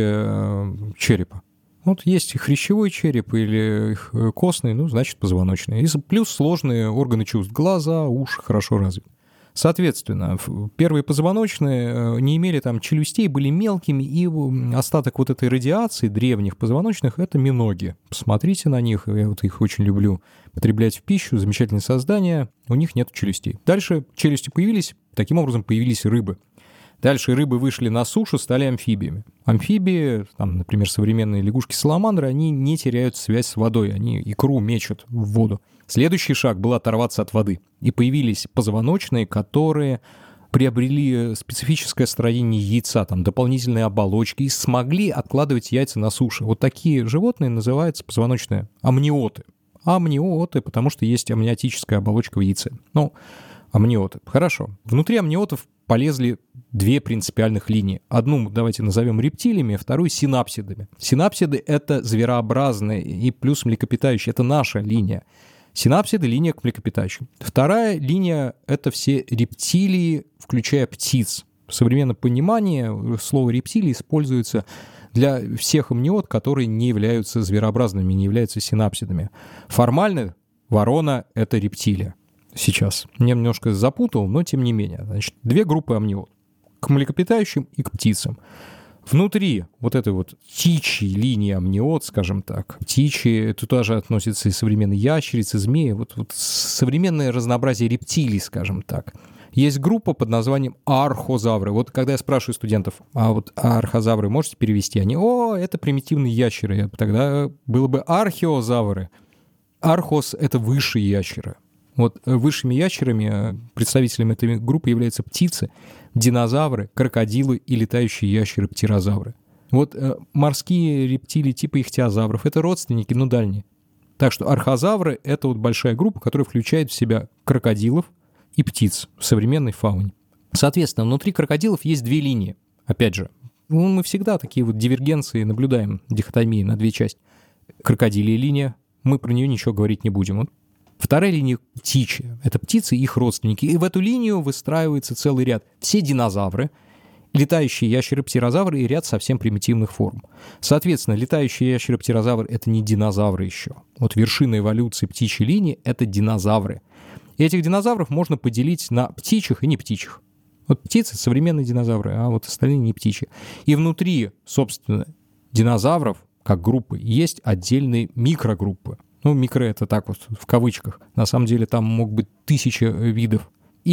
наличие черепа. Вот есть хрящевой череп или костный, ну, значит, позвоночный. И плюс сложные органы чувств. Глаза, уши хорошо развиты. Соответственно, первые позвоночные не имели там челюстей, были мелкими, и остаток вот этой радиации древних позвоночных — это миноги. Посмотрите на них, я вот их очень люблю потреблять в пищу, замечательные создания, у них нет челюстей. Дальше челюсти появились, таким образом появились рыбы. Дальше рыбы вышли на сушу, стали амфибиями. Амфибии, там, например, современные лягушки-саламандры, они не теряют связь с водой, они икру мечут в воду. Следующий шаг был оторваться от воды. И появились позвоночные, которые приобрели специфическое строение яйца, там, дополнительные оболочки, и смогли откладывать яйца на суше. Вот такие животные называются позвоночные амниоты. Амниоты, потому что есть амниотическая оболочка в яйце. Ну, амниоты. Хорошо. Внутри амниотов полезли две принципиальных линии. Одну давайте назовем рептилиями, а вторую синапсидами. Синапсиды — это зверообразные и плюс млекопитающие. Это наша линия. Синапсиды — линия к млекопитающим. Вторая линия — это все рептилии, включая птиц. В современном понимании слово «рептилии» используется для всех амниот, которые не являются зверообразными, не являются синапсидами. Формально ворона — это рептилия. Сейчас. Я немножко запутал, но тем не менее. Значит, две группы амниот. К млекопитающим и к птицам. Внутри вот этой вот птичьей линии амниот, скажем так, птичьи, туда же относятся и современные ящерицы, змеи, вот современное разнообразие рептилий, скажем так. Есть группа под названием архозавры. Вот когда я спрашиваю студентов, а вот архозавры можете перевести? Они: о, это примитивные ящеры. Тогда было бы археозавры. Архос — это высшие ящеры. Вот высшими ящерами, представителями этой группы являются птицы, динозавры, крокодилы и летающие ящеры-птерозавры. Вот морские рептилии типа ихтиозавров — это родственники, но дальние. Так что архозавры — это вот большая группа, которая включает в себя крокодилов и птиц в современной фауне. Соответственно, внутри крокодилов есть две линии. Опять же, мы всегда такие вот дивергенции наблюдаем, дихотомии на две части. Крокодилия линия, мы про нее ничего говорить не будем. Вторая линия — птичья. Это птицы и их родственники. И в эту линию выстраивается целый ряд. Все динозавры, летающие ящеры-птерозавры и ряд совсем примитивных форм. Соответственно, летающие ящеры-птерозавры — это не динозавры еще. Вот вершина эволюции птичьей линии — это динозавры. И этих динозавров можно поделить на птичьих и не птичьих. Вот птицы — современные динозавры, а вот остальные не птичьи. И внутри, собственно, динозавров, как группы, есть отдельные микрогруппы. Ну, микро — это так вот, в кавычках. На самом деле там могут быть тысячи видов. И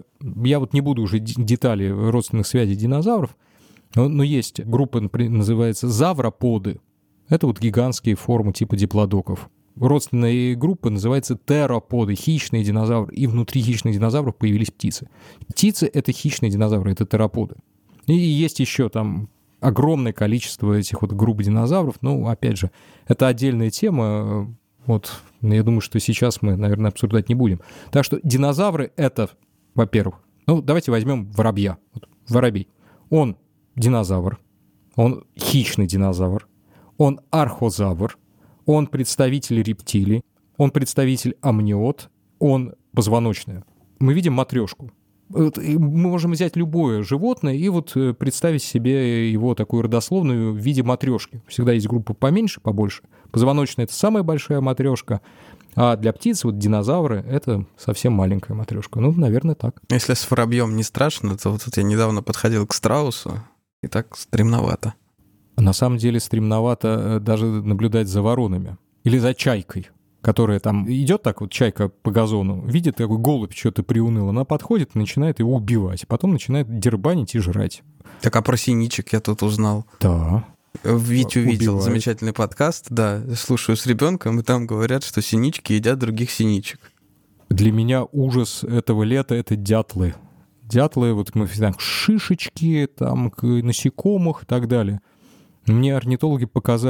я вот не буду уже детали родственных связей динозавров, но есть группа, например, называется завроподы. Это вот гигантские формы типа диплодоков. Родственная группа называется тероподы, хищные динозавры. И внутри хищных динозавров появились птицы. Птицы — это хищные динозавры, это тероподы. И есть еще там огромное количество этих вот групп динозавров. Ну, опять же, это отдельная тема. Вот, я думаю, что сейчас мы, наверное, обсуждать не будем. Так что динозавры — это, во-первых, ну, давайте возьмем воробья. Вот, воробей. Он динозавр, он хищный динозавр, он архозавр, он представитель рептилий, он представитель амниот, он позвоночный. Мы видим матрешку. Мы можем взять любое животное и вот представить себе его такую родословную в виде матрешки. Всегда есть группа поменьше, побольше. Позвоночная — это самая большая матрешка, а для птиц, вот динозавры, это совсем маленькая матрешка. Ну, наверное, так. Если с воробьем не страшно, то вот я недавно подходил к страусу, и так стремновато. На самом деле стремновато даже наблюдать за воронами или за чайкой, которая там идет так вот, чайка по газону, видит, такой голубь что-то приуныл, она подходит и начинает его убивать, потом начинает дербанить и жрать. Так, а про синичек я тут узнал. Да. Витю видел, Убивают. замечательный подкаст, да, слушаю с ребенком, и там говорят, что синички едят других синичек. Для меня ужас этого лета — это дятлы. Дятлы, вот мы там шишечки, там насекомых и так далее. Мне орнитологи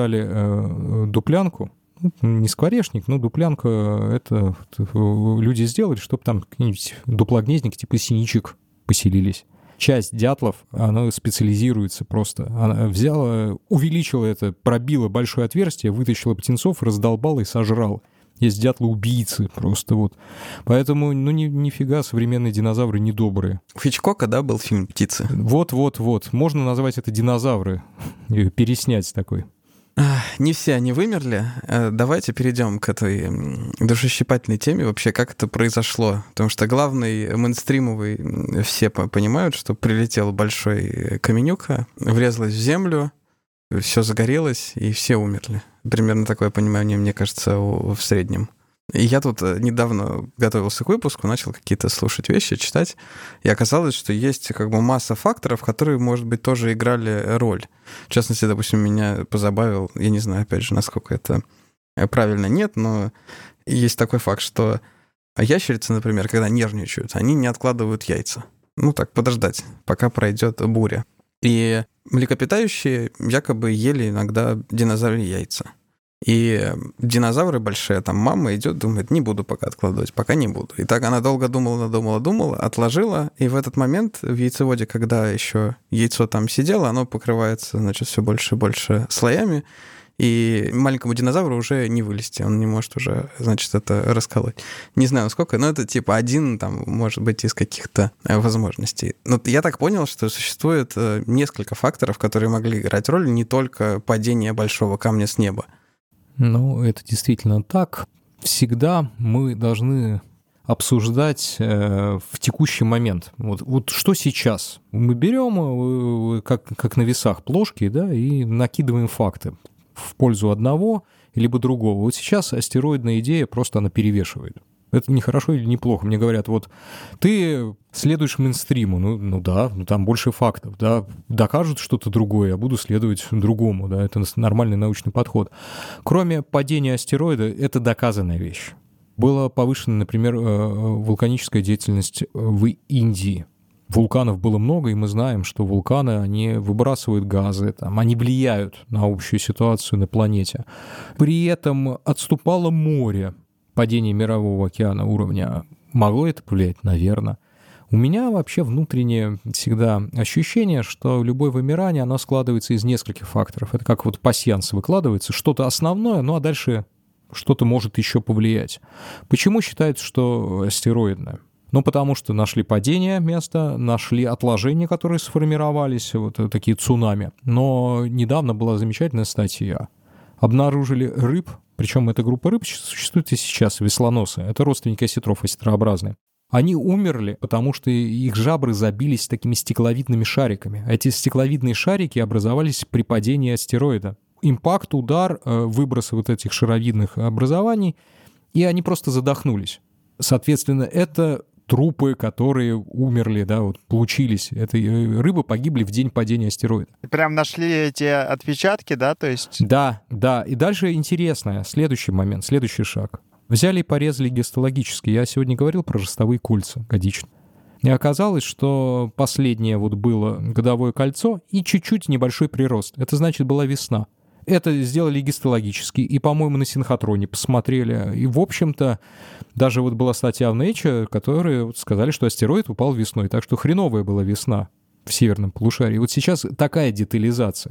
показали дуплянку, не скворечник, но дуплянка — это люди сделали, чтобы там какие-нибудь дуплогнездники типа синичек поселились. Часть дятлов, она специализируется просто. Она взяла, увеличила это, пробила большое отверстие, вытащила птенцов, раздолбала и сожрала. Есть дятлы-убийцы просто вот. Поэтому, нифига современные динозавры недобрые. У Хичкока, да, был фильм «Птицы»? Вот. Можно назвать это динозавры. И переснять такой. Не все они вымерли. Давайте перейдем к этой душещипательной теме. Вообще, как это произошло? Потому что главный мейнстримовый, все понимают, что прилетел большой каменюка, врезалась в землю, все загорелось, и все умерли. Примерно такое понимание, мне кажется, в среднем. И я тут недавно готовился к выпуску, начал какие-то слушать вещи, читать, и оказалось, что есть как бы масса факторов, которые, может быть, тоже играли роль. В частности, допустим, меня позабавил, я не знаю, опять же, насколько это правильно, нет, но есть такой факт, что ящерицы, например, когда нервничают, они не откладывают яйца. Ну так, подождать, пока пройдет буря. И млекопитающие якобы ели иногда динозаврьи яйца. И динозавры большие, там мама идет, думает, не буду пока откладывать, пока не буду. И так она долго думала, отложила, и в этот момент в яйцеводе, когда еще яйцо там сидело, оно покрывается, значит, все больше и больше слоями, и маленькому динозавру уже не вылезти, он не может уже, значит, это расколоть. Не знаю, сколько, но это типа один, там, может быть, из каких-то возможностей. Но я так понял, что существует несколько факторов, которые могли играть роль, не только падение большого камня с неба. Ну, это действительно так. Всегда мы должны обсуждать в текущий момент. Вот что сейчас? Мы берем, как на весах, плошки, да, и накидываем факты в пользу одного либо другого. Вот сейчас астероидная идея просто она перевешивает. Это не хорошо или не плохо. Мне говорят, вот ты следуешь мейнстриму, ну да, там больше фактов, да, докажут что-то другое, я буду следовать другому, да, это нормальный научный подход. Кроме падения астероида, это доказанная вещь. Была повышена, например, вулканическая деятельность в Индии. Вулканов было много, и мы знаем, что вулканы, они выбрасывают газы, там, они влияют на общую ситуацию на планете. При этом отступало море. Падение мирового океана уровня, могло это повлиять? Наверное. У меня вообще внутреннее всегда ощущение, что любое вымирание, оно складывается из нескольких факторов. Это как вот пасьянс выкладывается, что-то основное, ну а дальше что-то может еще повлиять. Почему считается, что астероидное? Ну, потому что нашли падение места, нашли отложения, которые сформировались, вот такие цунами. Но недавно была замечательная статья. Обнаружили рыб, причем эта группа рыб существует и сейчас, веслоносы. Это родственники осетров, осетрообразные. Они умерли, потому что их жабры забились такими стекловидными шариками. А эти стекловидные шарики образовались при падении астероида. Импакт, удар, выбросы вот этих шаровидных образований, и они просто задохнулись. Соответственно, это трупы, которые умерли, да, вот получились. Это рыбы погибли в день падения астероида. Прям нашли эти отпечатки, да, то есть... Да. И дальше интересное, следующий момент, следующий шаг. Взяли и порезали гистологически. Я сегодня говорил про ростовые кольца годичные. И оказалось, что последнее вот было годовое кольцо и чуть-чуть небольшой прирост. Это значит, была весна. Это сделали гистологически, и, по-моему, на синхотроне посмотрели. И, в общем-то, даже вот была статья в Nature, которые сказали, что астероид упал весной. Так что хреновая была весна в северном полушарии. Вот сейчас такая детализация.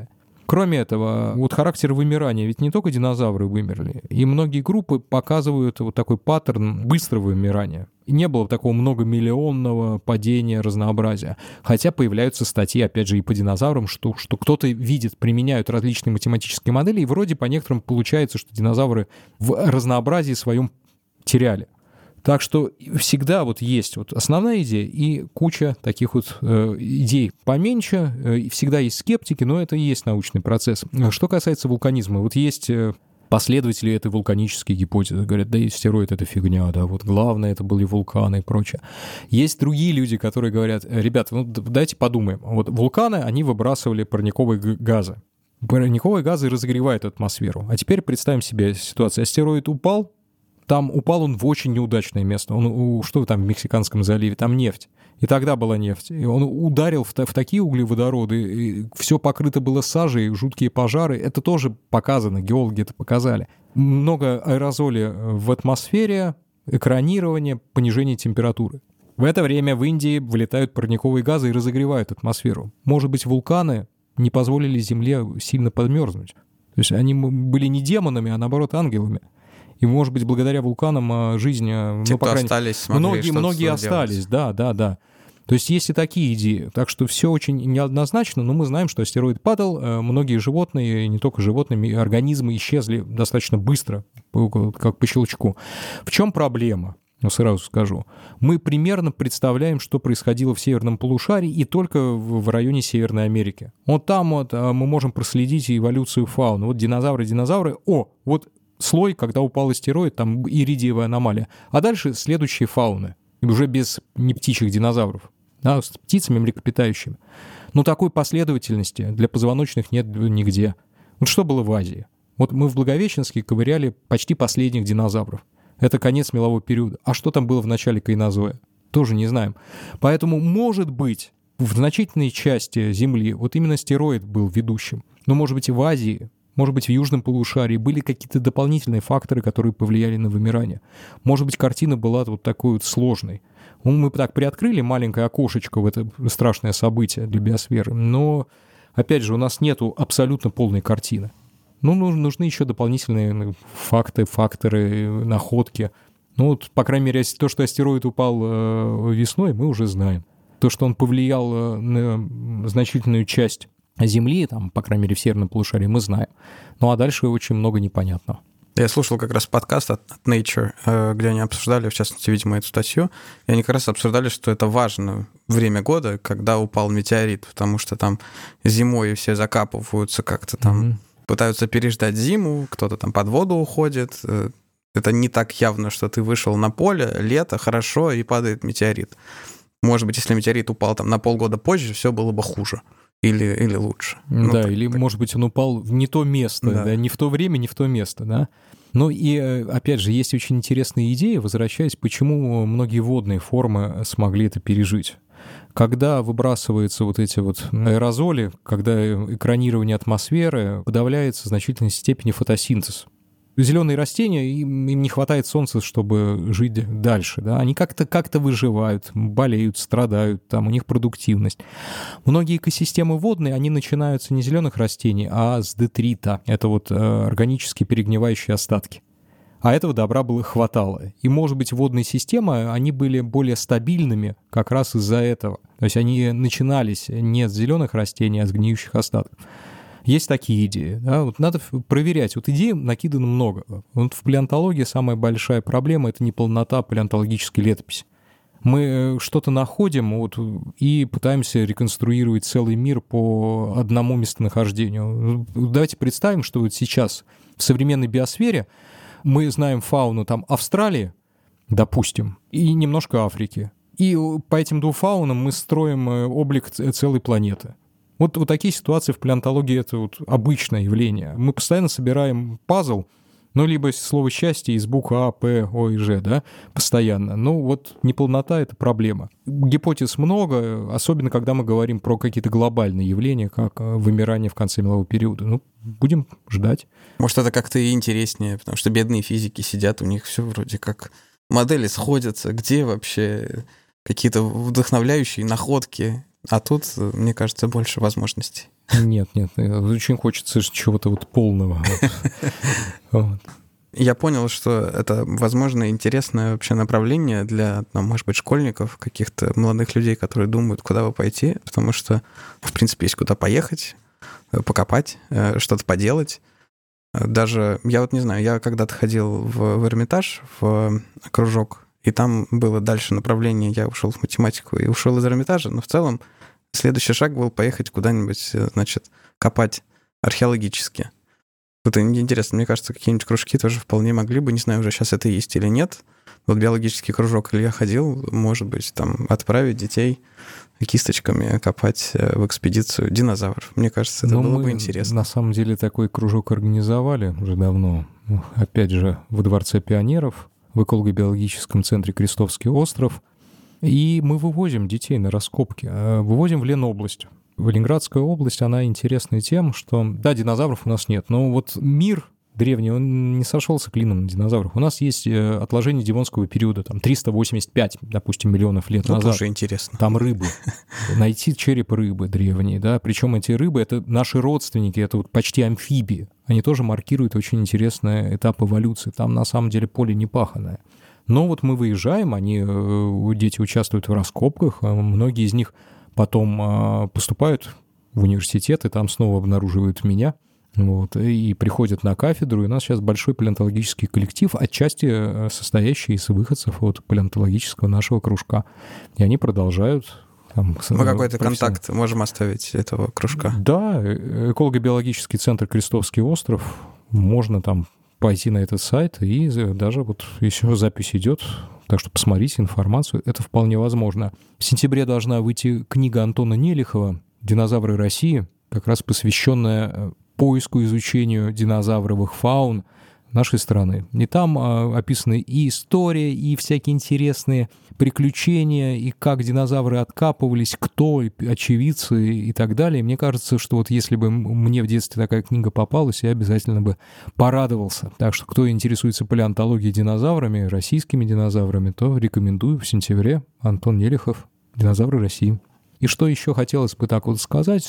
Кроме этого, вот характер вымирания, ведь не только динозавры вымерли, и многие группы показывают вот такой паттерн быстрого вымирания. И не было такого многомиллионного падения разнообразия. Хотя появляются статьи, опять же, и по динозаврам, что кто-то видит, применяют различные математические модели, и вроде по некоторым получается, что динозавры в разнообразии своем теряли. Так что всегда вот есть вот основная идея и куча таких вот идей поменьше. Всегда есть скептики, но это и есть научный процесс. Что касается вулканизма, вот есть последователи этой вулканической гипотезы. Говорят, да и астероид — это фигня, да, вот главное это были вулканы и прочее. Есть другие люди, которые говорят, ребята, ну давайте подумаем. Вот вулканы, они выбрасывали парниковые газы. Парниковые газы разогревают атмосферу. А теперь представим себе ситуацию. Астероид упал, там упал он в очень неудачное место. Что там в Мексиканском заливе? Там нефть. И тогда была нефть. И он ударил в такие углеводороды, и все покрыто было сажей, жуткие пожары. Это тоже показано, геологи это показали. Много аэрозоли в атмосфере, экранирование, понижение температуры. В это время в Индии вылетают парниковые газы и разогревают атмосферу. Может быть, вулканы не позволили Земле сильно подмерзнуть. То есть они были не демонами, а наоборот ангелами. И, может быть, благодаря вулканам жизнь... Те, кто остались, смогли многие остались, да. То есть есть и такие идеи. Так что все очень неоднозначно, но мы знаем, что астероид падал, многие животные, не только животные, организмы исчезли достаточно быстро, как по щелчку. В чем проблема? Ну, сразу скажу. Мы примерно представляем, что происходило в северном полушарии и только в районе Северной Америки. Вот там вот мы можем проследить эволюцию фауны. Вот динозавры. Вот слой, когда упал астероид, там иридиевая аномалия. А дальше следующие фауны, уже без не птичьих динозавров, да, с птицами млекопитающими. Но такой последовательности для позвоночных нет нигде. Вот что было в Азии? Вот мы в Благовещенске ковыряли почти последних динозавров. Это конец мелового периода. А что там было в начале кайнозоя? Тоже не знаем. Поэтому, может быть, в значительной части Земли вот именно астероид был ведущим. Но, может быть, и в Азии, может быть, в южном полушарии были какие-то дополнительные факторы, которые повлияли на вымирание. Может быть, картина была вот такой вот сложной. Мы так приоткрыли маленькое окошечко в это страшное событие для биосферы, но, опять же, у нас нету абсолютно полной картины. Нужны еще дополнительные факторы, находки. Вот, по крайней мере, то, что астероид упал весной, мы уже знаем. То, что он повлиял на значительную часть Земли, там, по крайней мере, в северном полушарии, мы знаем. Ну, а дальше очень много непонятного. Я слушал как раз подкаст от Nature, где они обсуждали, в частности, видимо, эту статью, и они как раз обсуждали, что это важное время года, когда упал метеорит, потому что там зимой все закапываются как-то там, пытаются переждать зиму, кто-то там под воду уходит. Это не так явно, что ты вышел на поле, лето, хорошо, и падает метеорит. Может быть, если метеорит упал там на полгода позже, все было бы хуже. Или лучше. Да, или, может быть, он упал в не то место, да, не в то время, не в то место, да. Ну и, опять же, есть очень интересные идеи, возвращаясь, почему многие водные формы смогли это пережить. Когда выбрасываются вот эти вот аэрозоли, когда экранирование атмосферы, подавляется в значительной степени фотосинтез. Зеленые растения, им не хватает солнца, чтобы жить дальше. Да? Они как-то выживают, болеют, страдают, там у них продуктивность. Многие экосистемы водные, они начинаются не с зеленых растений, а с детрита. Это вот органически перегнивающие остатки. А этого добра хватало. И, может быть, водные системы, они были более стабильными как раз из-за этого. То есть они начинались не с зеленых растений, а с гниющих остатков. Есть такие идеи. Да? Вот надо проверять. Вот идей накидано много. Вот в палеонтологии самая большая проблема — это неполнота палеонтологической летописи. Мы что-то находим вот, и пытаемся реконструировать целый мир по одному местонахождению. Давайте представим, что вот сейчас в современной биосфере мы знаем фауну там Австралии, допустим, и немножко Африки. И по этим двум фаунам мы строим облик целой планеты. Вот такие ситуации в палеонтологии — это вот обычное явление. Мы постоянно собираем пазл, либо слово «счастье» из букв А, П, О и Ж, да, постоянно. Вот неполнота — это проблема. Гипотез много, особенно когда мы говорим про какие-то глобальные явления, как вымирание в конце мелового периода. Будем ждать. Может, это как-то и интереснее, потому что бедные физики сидят, у них все вроде как модели сходятся, где вообще какие-то вдохновляющие находки. А тут, мне кажется, больше возможностей. Нет, очень хочется чего-то вот полного. Вот. Я понял, что это, возможно, интересное вообще направление для, может быть, школьников, каких-то молодых людей, которые думают, куда бы пойти, потому что, в принципе, есть куда поехать, покопать, что-то поделать. Даже, я вот не знаю, я когда-то ходил в Эрмитаж, в кружок, и там было дальше направление, я ушел в математику и ушел из Эрмитажа, но в целом следующий шаг был поехать куда-нибудь, значит, копать археологически. Это интересно, мне кажется, какие-нибудь кружки тоже вполне могли бы, не знаю, уже сейчас это есть или нет. Вот биологический кружок, или я ходил, может быть, там отправить детей кисточками копать в экспедицию динозавров. Мне кажется, это было бы интересно. На самом деле такой кружок организовали уже давно. Опять же, во Дворце пионеров, в эколого-биологическом центре Крестовский остров. И мы вывозим детей на раскопки. Вывозим в Ленобласть. Ленинградская область, она интересна тем, что, да, динозавров у нас нет, но вот мир древний, он не сошелся клином на динозаврах. У нас есть отложения Девонского периода, там 385, допустим, миллионов лет назад. Это уже интересно. Там рыбы. Найти череп рыбы древние, да, причем эти рыбы — это наши родственники, это вот почти амфибии. Они тоже маркируют очень интересный этап эволюции. Там на самом деле поле не паханое. Но вот мы выезжаем, дети участвуют в раскопках, многие из них потом поступают в университет, и там снова обнаруживают меня, вот, и приходят на кафедру. И у нас сейчас большой палеонтологический коллектив, отчасти состоящий из выходцев от палеонтологического нашего кружка. И они продолжают... Мы какой-то контакт можем оставить этого кружка? Да, эколого-биологический центр Крестовский остров. Можно там пойти на этот сайт, и даже вот еще запись идет. Так что посмотрите информацию, это вполне возможно. В сентябре должна выйти книга Антона Нелихова «Динозавры России», как раз посвященная поиску и изучению динозавровых фаун нашей страны. И там описаны и история, и всякие интересные приключения, и как динозавры откапывались, кто, очевидцы и так далее. И мне кажется, что вот если бы мне в детстве такая книга попалась, я обязательно бы порадовался. Так что кто интересуется палеонтологией динозаврами, российскими динозаврами, то рекомендую в сентябре Антон Нелихов «Динозавры России». И что еще хотелось бы так вот сказать,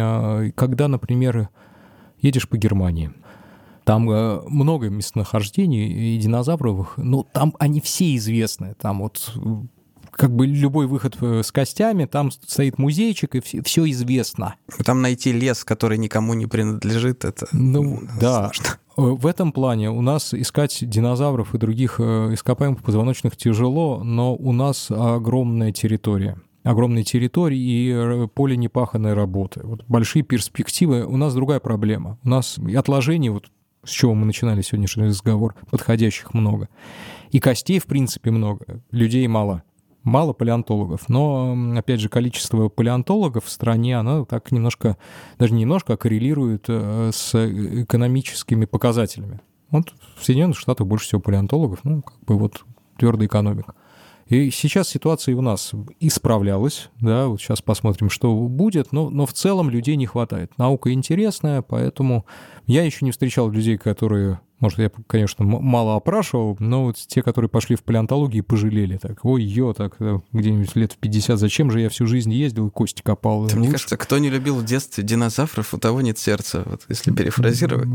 когда, например, едешь по Германии, там много местонахождений и динозавровых, но там они все известны. Там вот как бы любой выход с костями, там стоит музейчик, и все известно. Там найти лес, который никому не принадлежит, это да. сложно. В этом плане у нас искать динозавров и других ископаемых позвоночных тяжело, но у нас огромная территория. Огромные территории и поле непаханной работы. Вот большие перспективы. У нас другая проблема. У нас отложений, вот с чего мы начинали сегодняшний разговор, подходящих много. И костей, в принципе, много. Людей мало. Мало палеонтологов. Но, опять же, количество палеонтологов в стране, оно так немножко, даже немножко, а коррелирует с экономическими показателями. Вот в Соединенных Штатах больше всего палеонтологов, как бы вот твердая экономика. И сейчас ситуация у нас исправлялась, да, вот сейчас посмотрим, что будет, но в целом людей не хватает. Наука интересная, поэтому я еще не встречал людей, которые, может, я, конечно, мало опрашивал, но вот те, которые пошли в палеонтологию, пожалели так, так где-нибудь лет в 50, зачем же я всю жизнь ездил и кости копал? Мне кажется, кто не любил в детстве динозавров, у того нет сердца, вот если перефразировать.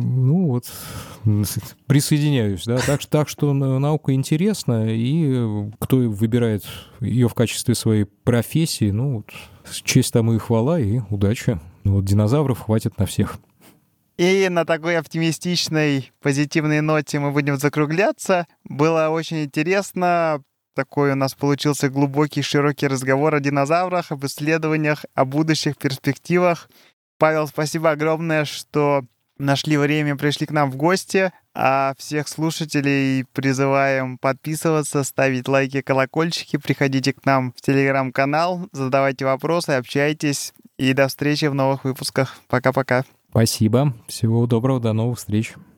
Присоединяюсь, да, так что наука интересна, и кто выбирает ее в качестве своей профессии, честь тому и хвала, и удачи. Динозавров хватит на всех. И на такой оптимистичной, позитивной ноте мы будем закругляться. Было очень интересно. Такой у нас получился глубокий, широкий разговор о динозаврах, об исследованиях, о будущих перспективах. Павел, спасибо огромное, что нашли время, пришли к нам в гости. А всех слушателей призываем подписываться, ставить лайки, колокольчики. Приходите к нам в Телеграм-канал, задавайте вопросы, общайтесь. И до встречи в новых выпусках. Пока-пока. Спасибо. Всего доброго. До новых встреч.